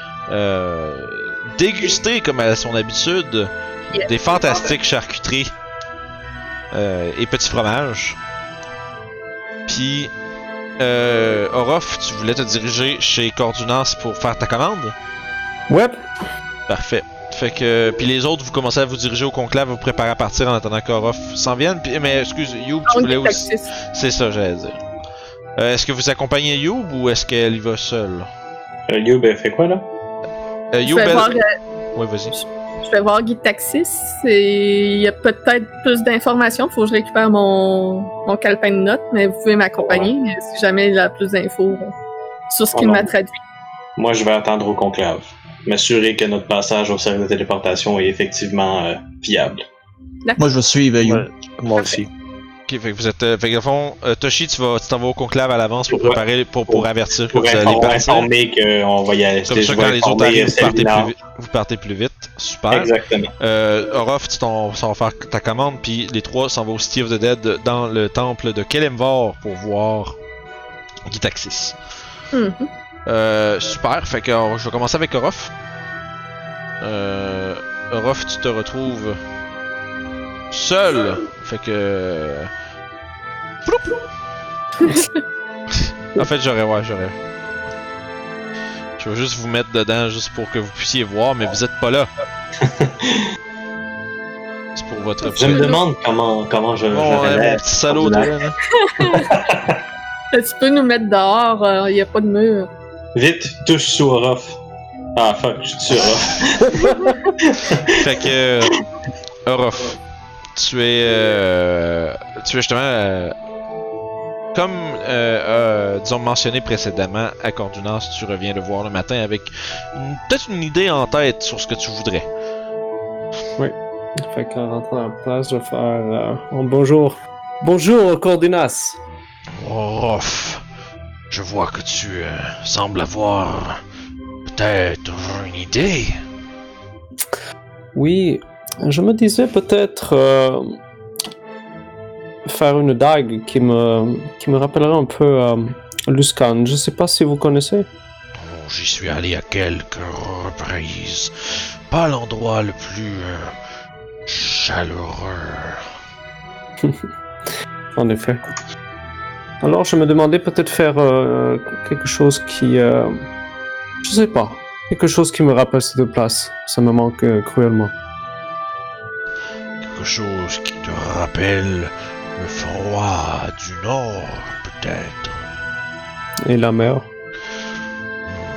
dégusté, comme à son habitude, des fantastiques charcuteries et petits fromages. Puis, Orof, tu voulais te diriger chez Cordunas pour faire ta commande? Ouais. Parfait. Fait que, puis les autres, vous commencez à vous diriger au conclave, vous préparez à partir en attendant qu'Orof s'en vienne. Mais excuse, Youb, tu voulais aussi... C'est ça, j'allais dire. Est-ce que vous accompagnez Youb ou est-ce qu'elle y va seule? Youb, elle fait quoi, là? Youb, ouais, vas-y. Je vais voir Guy Taxis et il y a peut-être plus d'informations. Faut que je récupère mon calepin de notes, mais vous pouvez m'accompagner si jamais il a plus d'infos sur ce qu'il m'a traduit. Moi, je vais attendre au conclave. M'assurer que notre passage au cercle de téléportation est effectivement viable. Moi, je vais suivre You. Ouais, moi aussi. Ok, fait que vous êtes. Fait que, au fond, Toshi, tu t'en vas au conclave à l'avance pour préparer, pour avertir que vous allez partir. Pour informer qu'on va y aller. Comme ça, quand les autres arrivent, vous partez plus vite. Super. Exactement. Orof, tu s'en vas faire ta commande, puis les trois s'en vont au City of the Dead dans le temple de Kelemvor pour voir Gitaxis. Super, fait que je vais commencer avec Orof. Orof, tu te retrouves seul. Fait que... En fait, j'aurais... Je vais juste vous mettre dedans, juste pour que vous puissiez voir, mais vous êtes pas là. C'est pour votre... Je me demande comment je... Bon, mon petit salaud, toi, là. Tu peux nous mettre dehors, il y a pas de mur. Vite, touche sur Orof. Ah, fuck, je suis sur Orof. Fait que... Orof, tu es justement... comme, disons, mentionné précédemment, à Cordunas, tu reviens le voir le matin avec peut-être une idée en tête sur ce que tu voudrais. Oui. Fait qu'en rentrant en place, je vais faire bonjour. Bonjour, Cordunas. Orof, je vois que tu sembles avoir peut-être une idée. Oui, je me disais peut-être faire une dague qui me rappellerait un peu Luskan. Je sais pas si vous connaissez. Oh, j'y suis allé à quelques reprises. Pas l'endroit le plus chaleureux. En effet. Alors je me demandais peut-être faire quelque chose qui... je sais pas. Quelque chose qui me rappelle cette place. Ça me manque cruellement. Quelque chose qui te rappelle le froid du nord, peut-être. Et la mer.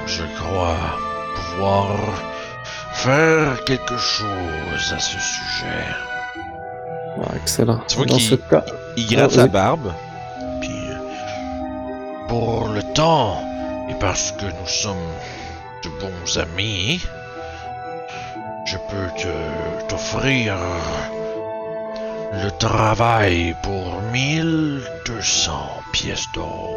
crois pouvoir faire quelque chose à ce sujet. Ah, excellent. Tu vois Dans ce cas, Il gratte Ah, sa oui. barbe. Puis, pour le temps, et parce que nous sommes de bons amis, je peux t'offrir le travail pour 1200 pièces d'or.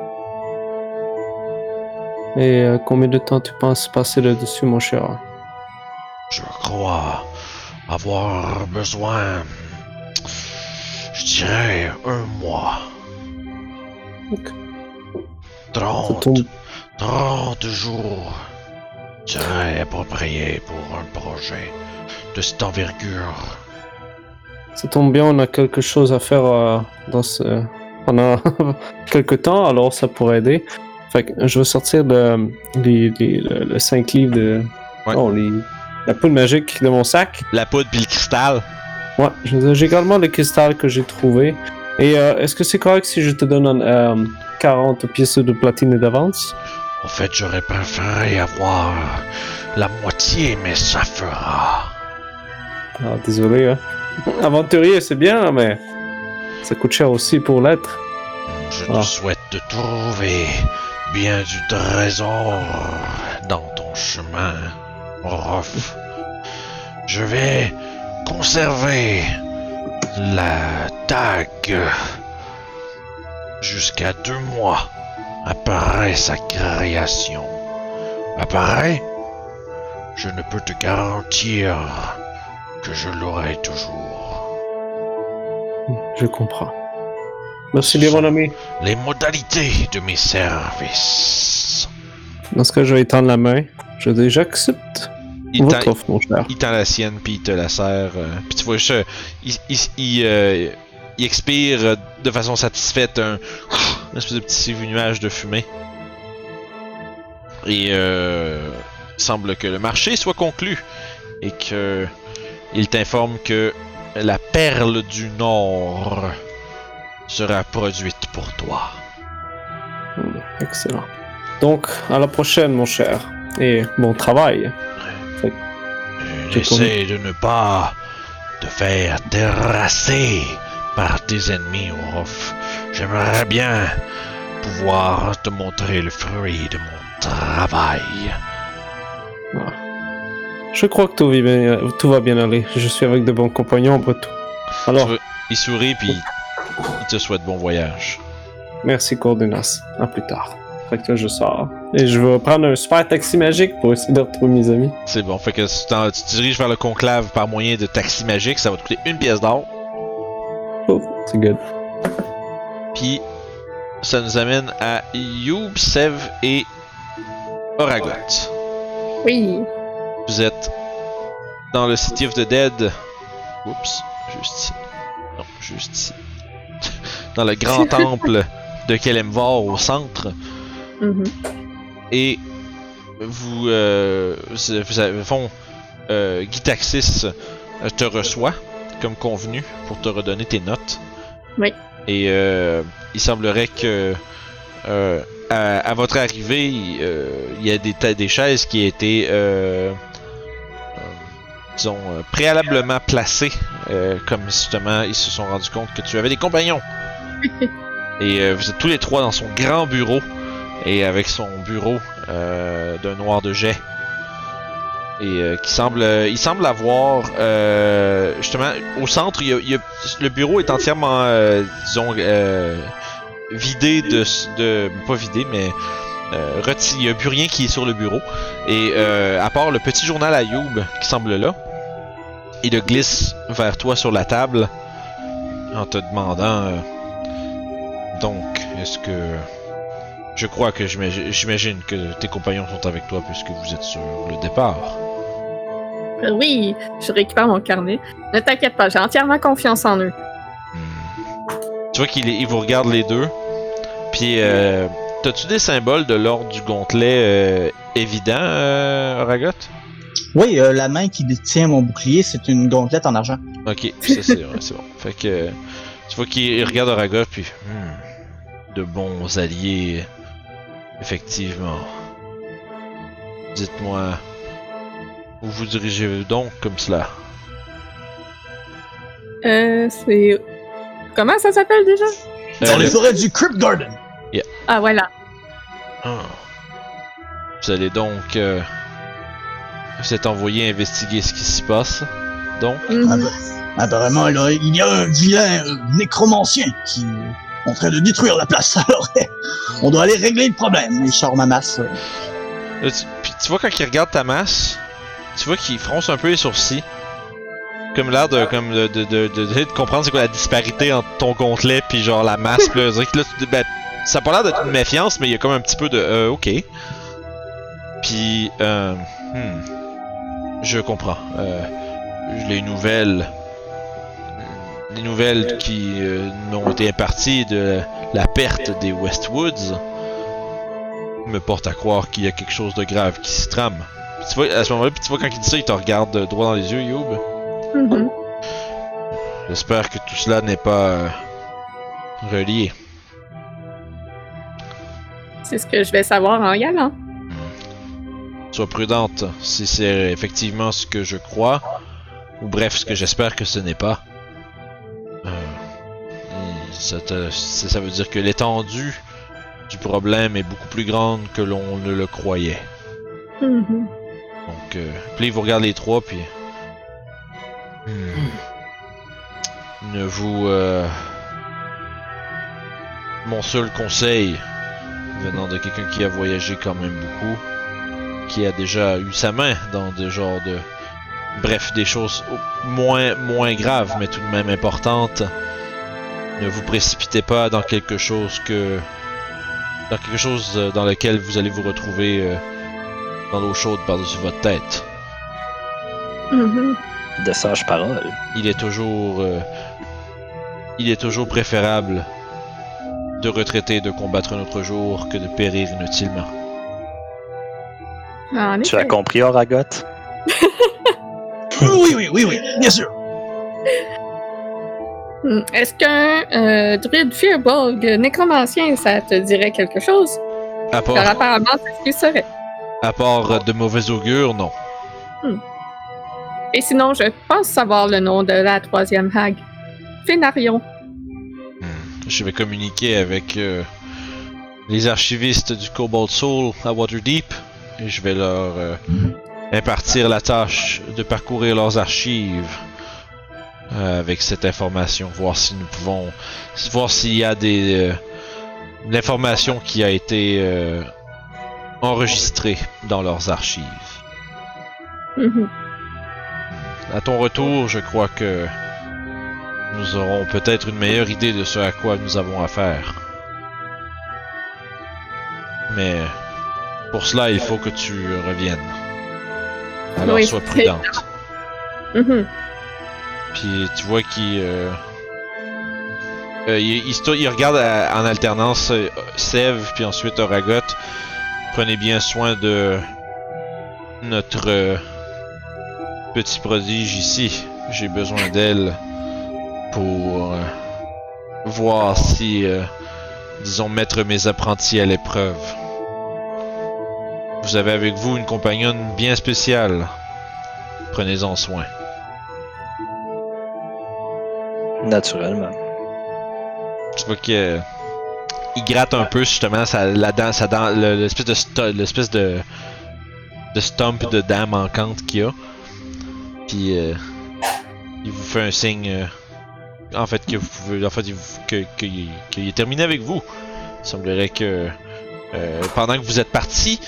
et combien de temps tu penses passer là-dessus, mon cher? Je crois avoir besoin, je dirais, 1 mois. Ok. 30, tombe- 30 jours serait approprié pour un projet de cette envergure. Ça tombe bien, on a quelque chose à faire pendant quelques temps, alors ça pourrait aider. Fait que je vais sortir le 5 livres de... Ouais. Oh, la poudre magique de mon sac. La poudre puis le cristal. Ouais, j'ai également le cristal que j'ai trouvé. Et est-ce que c'est correct si je te donne 40 pièces de platine d'avance? En fait, j'aurais préféré avoir la moitié, mais ça fera. Ah, désolé, hein. Aventurier, c'est bien, mais ça coûte cher aussi pour l'être. Je Ah. te souhaite de trouver bien du trésor dans ton chemin, Orof. Je vais conserver la dague jusqu'à 2 mois après sa création. Après, je ne peux te garantir que je l'aurai toujours. Je comprends. Merci bien, mon ami. Les modalités de mes services. Dans ce cas, je vais étendre la main. Je dis, j'accepte Il votre tend, offre, mon cher. il tend la sienne, puis il te la serre. Puis tu vois, il expire de façon satisfaite une espèce de petit nuage de fumée. Et il semble que le marché soit conclu. Et que il t'informe que la perle du Nord sera produite pour toi. Excellent. Donc, à la prochaine, mon cher. Et bon travail. Essaie de ne pas te faire terrasser par tes ennemis, Orof. J'aimerais bien pouvoir te montrer le fruit de mon travail. Je crois que tout va bien aller. Je suis avec de bons compagnons, après tout. Alors, Il sourit puis il te souhaite bon voyage. merci, Cordunas. À plus tard. Fait que là, je sors. Et je vais prendre un super taxi magique pour essayer de retrouver mes amis. C'est bon, fait que tu te diriges vers le conclave par moyen de taxi magique, ça va te coûter 1 pièce d'or. Oh, c'est good. Puis ça nous amène à Youb, Sev et Oragot. Oui. Vous êtes dans le City of the Dead. Oups, juste ici. Non, juste ici. Dans le grand temple de Kelemvor au centre. Mhm. Et vous avez fond Guy Taxis te reçoit comme convenu pour te redonner tes notes. Oui. Et il semblerait que à votre arrivée, il y a des chaises qui étaient disons préalablement placées, comme justement ils se sont rendus compte que tu avais des compagnons. Et vous êtes tous les trois dans son grand bureau et avec son bureau d'un noir de jet. Et il semble avoir justement au centre, le bureau est entièrement disons vidé de pas vidé mais il n'y a plus rien qui est sur le bureau. Et à part le petit journal à Youb qui semble là, il le glisse vers toi sur la table en te demandant donc, est-ce que... Je crois que j'imagine que tes compagnons sont avec toi puisque vous êtes sur le départ. Oui, je récupère mon carnet. Ne t'inquiète pas, j'ai entièrement confiance en eux. Tu vois qu'il vous regarde les deux. Puis, t'as-tu des symboles de l'ordre du Gontelet évident, Oragot? Oui, la main qui détient mon bouclier, c'est une gontelette en argent. Ok, ça c'est vrai, c'est bon. Fait que tu vois qu'il regarde Oragot puis de bons alliés, effectivement. Dites-moi, où vous dirigez donc comme cela? C'est... Comment ça s'appelle déjà? Dans les forêts du Crypt Garden. Ah, voilà. Ah. Vous allez donc... vous êtes envoyé investiguer ce qui s'y passe, donc? Apparemment, il y a un vilain nécromancien qui est en train de détruire la place. Alors, on doit aller régler le problème. Il sort ma masse. Là, puis tu vois quand il regarde ta masse, tu vois qu'il fronce un peu les sourcils. Comme l'air de comprendre c'est quoi la disparité entre ton complet puis genre la masse. Pis là, ben, ça a pas l'air d'être une méfiance, mais il y a comme un petit peu de ok. Puis je comprends. Les nouvelles qui m'ont été imparties de la perte des Westwoods me portent à croire qu'il y a quelque chose de grave qui se trame. Puis tu vois, à ce moment-là, tu vois quand il dit ça, il te regarde droit dans les yeux, Youb. J'espère que tout cela n'est pas relié. C'est ce que je vais savoir en y allant. Sois prudente, si c'est effectivement ce que je crois, ou bref, ce que j'espère que ce n'est pas. Ça veut dire que l'étendue du problème est beaucoup plus grande que l'on ne le croyait. Donc, puis vous regardez les trois, puis... Ne vous... Mon seul conseil, venant de quelqu'un qui a voyagé quand même beaucoup, qui a déjà eu sa main dans des genres de... Bref, des choses moins graves, mais tout de même importantes. Ne vous précipitez pas dans quelque chose dans lequel vous allez vous retrouver dans l'eau chaude par-dessus votre tête. De sages paroles. Il est toujours préférable de retraiter et de combattre un autre jour que de périr inutilement. Tu as compris, Oragot? Oui, bien sûr. Est-ce qu'un druide Firbolg nécromancien, ça te dirait quelque chose? Car apparemment, c'est ce qu'il serait. À part de mauvais augure, non. Et sinon, je pense savoir le nom de la troisième hag. Fénarion. Je vais communiquer avec les archivistes du Cobalt Soul à Waterdeep et je vais leur impartir la tâche de parcourir leurs archives avec cette information, voir si nous pouvons voir s'il y a l'information qui a été enregistrée dans leurs archives. À ton retour, je crois que nous aurons peut-être une meilleure idée de ce à quoi nous avons affaire. Mais pour cela, il faut que tu reviennes. Alors sois prudente. Puis tu vois qu'il regarde en alternance Sève puis ensuite Oragot. Prenez bien soin de notre petit prodige ici. J'ai besoin d'elle pour voir si, disons, mettre mes apprentis à l'épreuve. Vous avez avec vous une compagnonne bien spéciale. Prenez-en soin. Naturellement. Tu vois qu'il gratte un peu justement l'espèce de stump de dent manquante qu'il a. Puis il vous fait un signe en fait que vous pouvez qu'il est terminé avec vous. Il semblerait que pendant que vous êtes parti,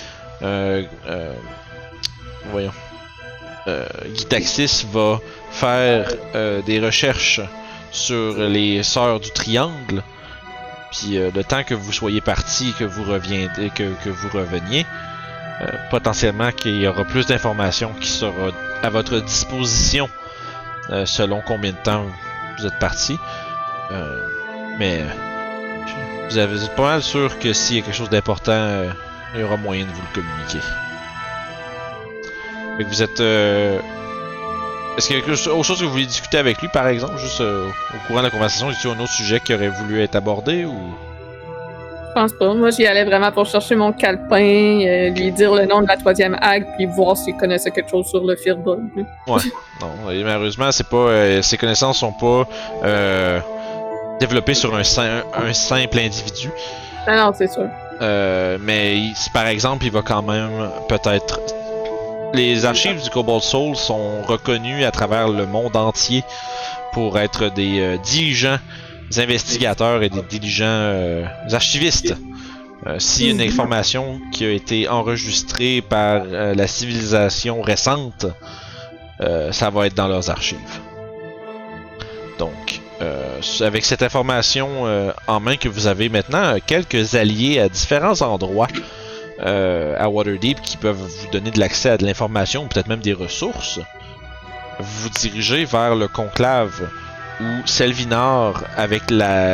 Gitaxis va faire des recherches sur les Sœurs du Triangle. Puis le temps que vous soyez parti, que vous reveniez, potentiellement qu'il y aura plus d'informations qui sera à votre disposition selon combien de temps vous êtes parti. Mais vous êtes pas mal sûr que s'il y a quelque chose d'important, il y aura moyen de vous le communiquer. Fait que vous êtes... Est-ce qu'il y a quelque chose que vous voulez discuter avec lui, par exemple, juste au courant de la conversation, est-ce qu'il y a un autre sujet qui aurait voulu être abordé ou... Je pense pas. Moi, j'y allais vraiment pour chercher mon calepin, lui dire le nom de la 3e hague, puis voir s'il connaissait quelque chose sur le Firbolg. Ouais. Non, et malheureusement, c'est pas. Ses connaissances sont pas développées sur un simple individu. Non, c'est sûr. Mais par exemple, il va quand même peut-être. Les archives du Cobalt Soul sont reconnues à travers le monde entier pour être des diligents investigateurs et des diligents archivistes. Si une information qui a été enregistrée par la civilisation récente, ça va être dans leurs archives. Donc, avec cette information en main que vous avez maintenant, quelques alliés à différents endroits à Waterdeep qui peuvent vous donner de l'accès à de l'information ou peut-être même des ressources, vous vous dirigez vers le conclave où Selvinar, avec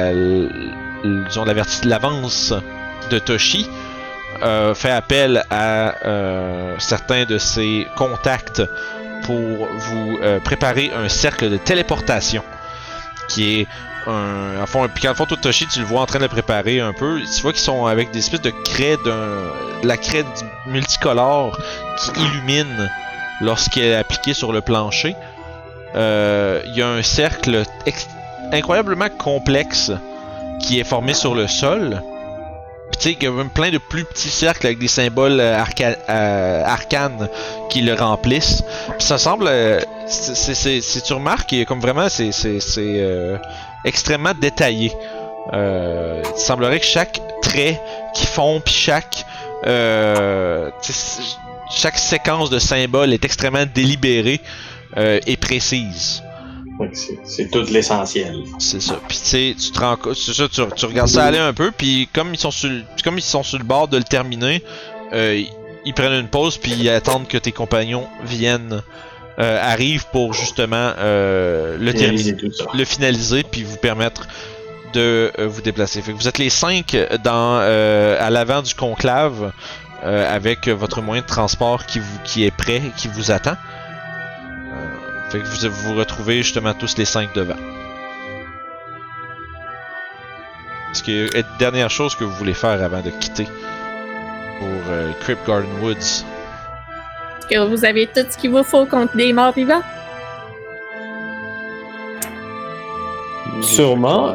l'avance de Toshi, fait appel à certains de ses contacts pour vous préparer un cercle de téléportation qui est en fond, puis quand toi Toshi, tu le vois en train de le préparer un peu, tu vois qu'ils sont avec des espèces de craie de la craie multicolore qui illumine lorsqu'elle est appliquée sur le plancher. Il y a un cercle incroyablement complexe qui est formé sur le sol. Puis tu sais, il y a même plein de plus petits cercles avec des symboles arcanes qui le remplissent. Puis ça semble, si tu remarques, il y a comme vraiment, c'est extrêmement détaillé. Il semblerait que chaque trait qu'ils font, puis chaque séquence de symboles est extrêmement délibérée et précise. Oui, c'est tout l'essentiel. C'est ça. Puis tu sais, tu te rends compte, c'est ça, tu regardes ça aller un peu, puis comme ils sont sur le bord de le terminer, ils prennent une pause puis ils attendent que tes compagnons arrivent pour justement le finaliser puis vous permettre de vous déplacer. Fait que vous êtes les 5 à l'avant du conclave avec votre moyen de transport qui est prêt, qui vous attend. Fait que vous vous retrouvez justement tous les 5 devant. Est-ce qu'il y a une dernière chose que vous voulez faire avant de quitter pour Crypt Garden Woods? Est-ce que vous avez tout ce qu'il vous faut contre des morts vivants? Sûrement.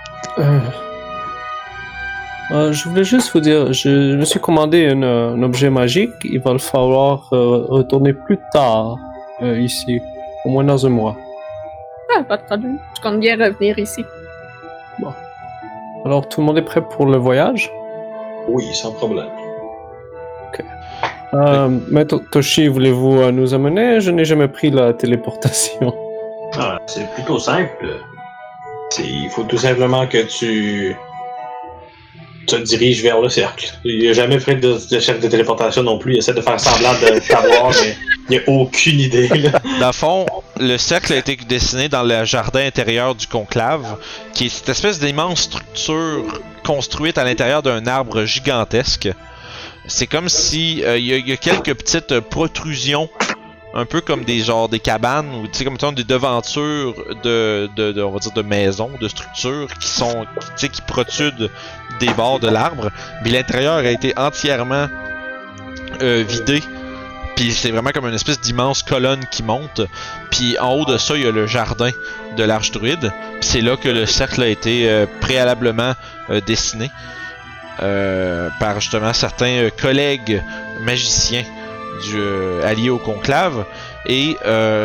Je voulais juste vous dire, je me suis commandé un objet magique. Il va le falloir retourner plus tard ici, au moins dans un mois. Ah, pas de problème. Je compte bien revenir ici. Bon. Alors, tout le monde est prêt pour le voyage? Oui, sans problème. Ok. Maître Toshi, voulez-vous nous amener? Je n'ai jamais pris la téléportation. Ah, c'est plutôt simple. Il faut tout simplement que tu te diriges vers le cercle. Il n'a jamais pris de cercle de téléportation non plus. Il essaie de faire semblant de savoir, mais il n'y a aucune idée. Là. Dans le fond, le cercle a été dessiné dans le jardin intérieur du conclave, qui est cette espèce d'immense structure construite à l'intérieur d'un arbre gigantesque. C'est comme si il y a quelques petites protrusions, un peu comme des cabanes ou tu sais comme des devantures de on va dire de maisons, de structures qui protrudent des bords de l'arbre. Puis l'intérieur a été entièrement vidé. Puis c'est vraiment comme une espèce d'immense colonne qui monte. Puis en haut de ça, il y a le jardin de l'Archdruide. Puis c'est là que le cercle a été préalablement dessiné par justement certains collègues magiciens alliés au conclave. Et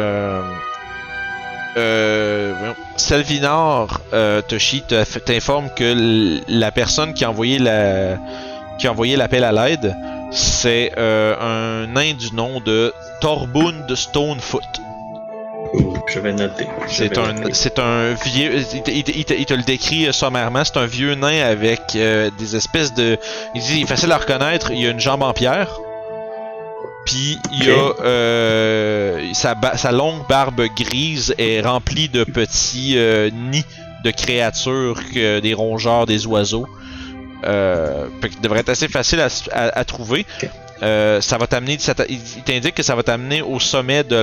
Selvinar, Toshi, t'informe que la personne qui a envoyé l'appel à l'aide, c'est un nain du nom de Torbund Stonefoot. Je vais noter. C'est un vieux. Il te le décrit sommairement. C'est un vieux nain avec des espèces de. Il dit, il est facile à reconnaître. Il a une jambe en pierre. Puis il a sa longue barbe grise est remplie de petits nids de créatures, des rongeurs, des oiseaux. Il devrait être assez facile à trouver. Ça va t'amener. Il t'indique que ça va t'amener au sommet de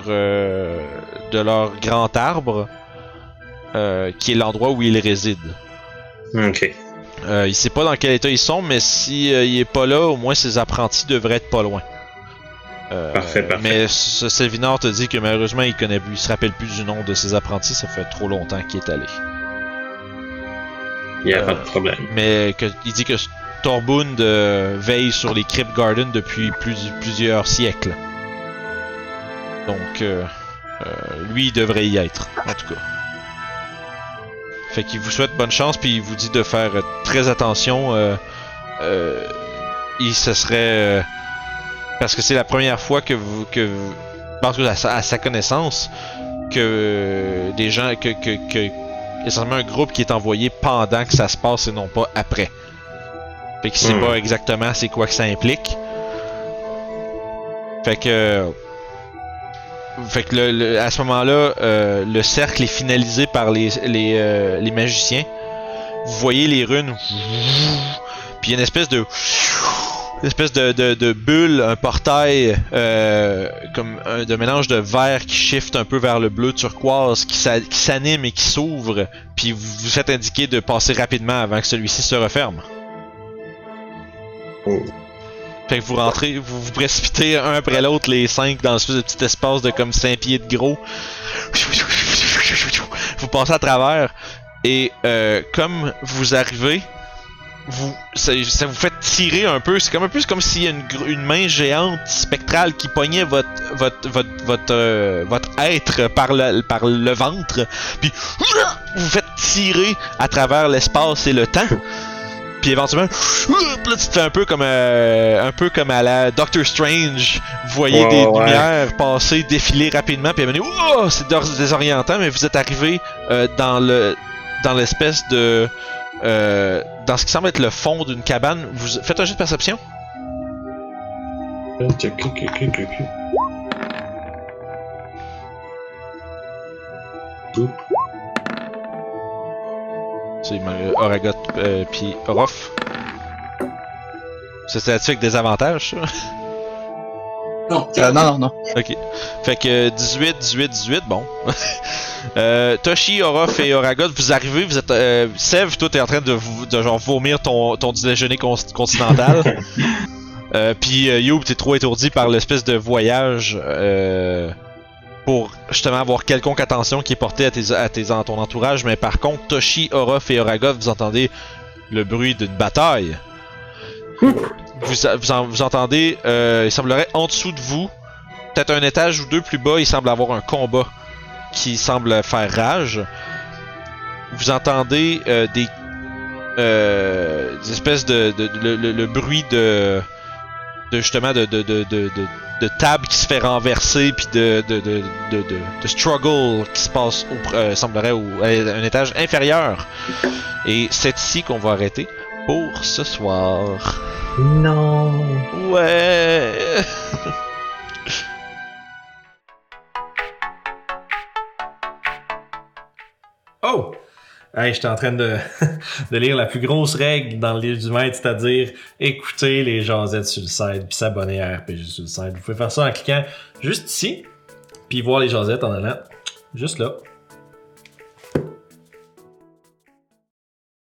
leur grand arbre, qui est l'endroit où ils résident. Ok. Il sait pas dans quel état ils sont, mais si il est pas là, au moins ses apprentis devraient être pas loin. Parfait. Mais Selvinor te dit que malheureusement il se rappelle plus du nom de ses apprentis, ça fait trop longtemps qu'il est allé. Il n'y a pas de problème. Mais il dit que Torbund veille sur les Crypt Gardens depuis plusieurs siècles. Donc, lui, il devrait y être, en tout cas. Fait qu'il vous souhaite bonne chance, puis il vous dit de faire très attention. Ce serait... parce que c'est la première fois que parce que à sa connaissance, que des gens... essentiellement un groupe qui est envoyé pendant que ça se passe et non pas après. Fait qu'il sait pas exactement c'est quoi que ça implique. Fait que à ce moment-là, le cercle est finalisé par les magiciens. Vous voyez les runes, puis il y a une espèce de bulle, un portail comme de mélange de vert qui shift un peu vers le bleu turquoise, qui s'anime et qui s'ouvre, puis vous faites indiquer de passer rapidement avant que celui-ci se referme. Fait que vous rentrez, vous précipitez un après l'autre les 5 dans ce petit espace de comme 5 pieds de gros. Vous passez à travers et comme vous arrivez, ça vous fait tirer un peu. C'est comme un peu comme s'il y a une main géante spectrale qui pognait votre être par le ventre, puis vous faites tirer à travers l'espace et le temps. Puis éventuellement, là, tu te fais un peu comme à la Doctor Strange. Vous voyez des lumières passer, défiler rapidement, puis à un moment donné, c'est désorientant, mais vous êtes arrivé dans l'espèce de dans ce qui semble être le fond d'une cabane. Vous faites un jeu de perception. C'est Oragot puis Orof. C'est avec des avantages, ça? Non. Ok. Fait que 18, bon. Toshi, Orof et Oragot, vous arrivez, vous êtes... Sev, toi, t'es en train de genre vomir ton déjeuner continental. Puis Youb, t'es trop étourdi par l'espèce de voyage pour justement avoir quelconque attention qui est portée à ton entourage. Mais par contre, Toshi, Orof et Oragot, vous entendez le bruit d'une bataille. Vous entendez, il semblerait en dessous de vous, peut-être un étage ou deux plus bas, il semble avoir un combat qui semble faire rage. Vous entendez des espèces le bruit de table qui se fait renverser, puis de struggle qui se passe semblerait à un étage inférieur. Et c'est ici qu'on va arrêter pour ce soir. Non. Ouais. Oh! Hey, j'étais en train de lire la plus grosse règle dans le livre du maître, c'est-à-dire écouter les jasettes sur le site puis s'abonner à RPG sur le site. Vous pouvez faire ça en cliquant juste ici, puis voir les jasettes en allant juste là.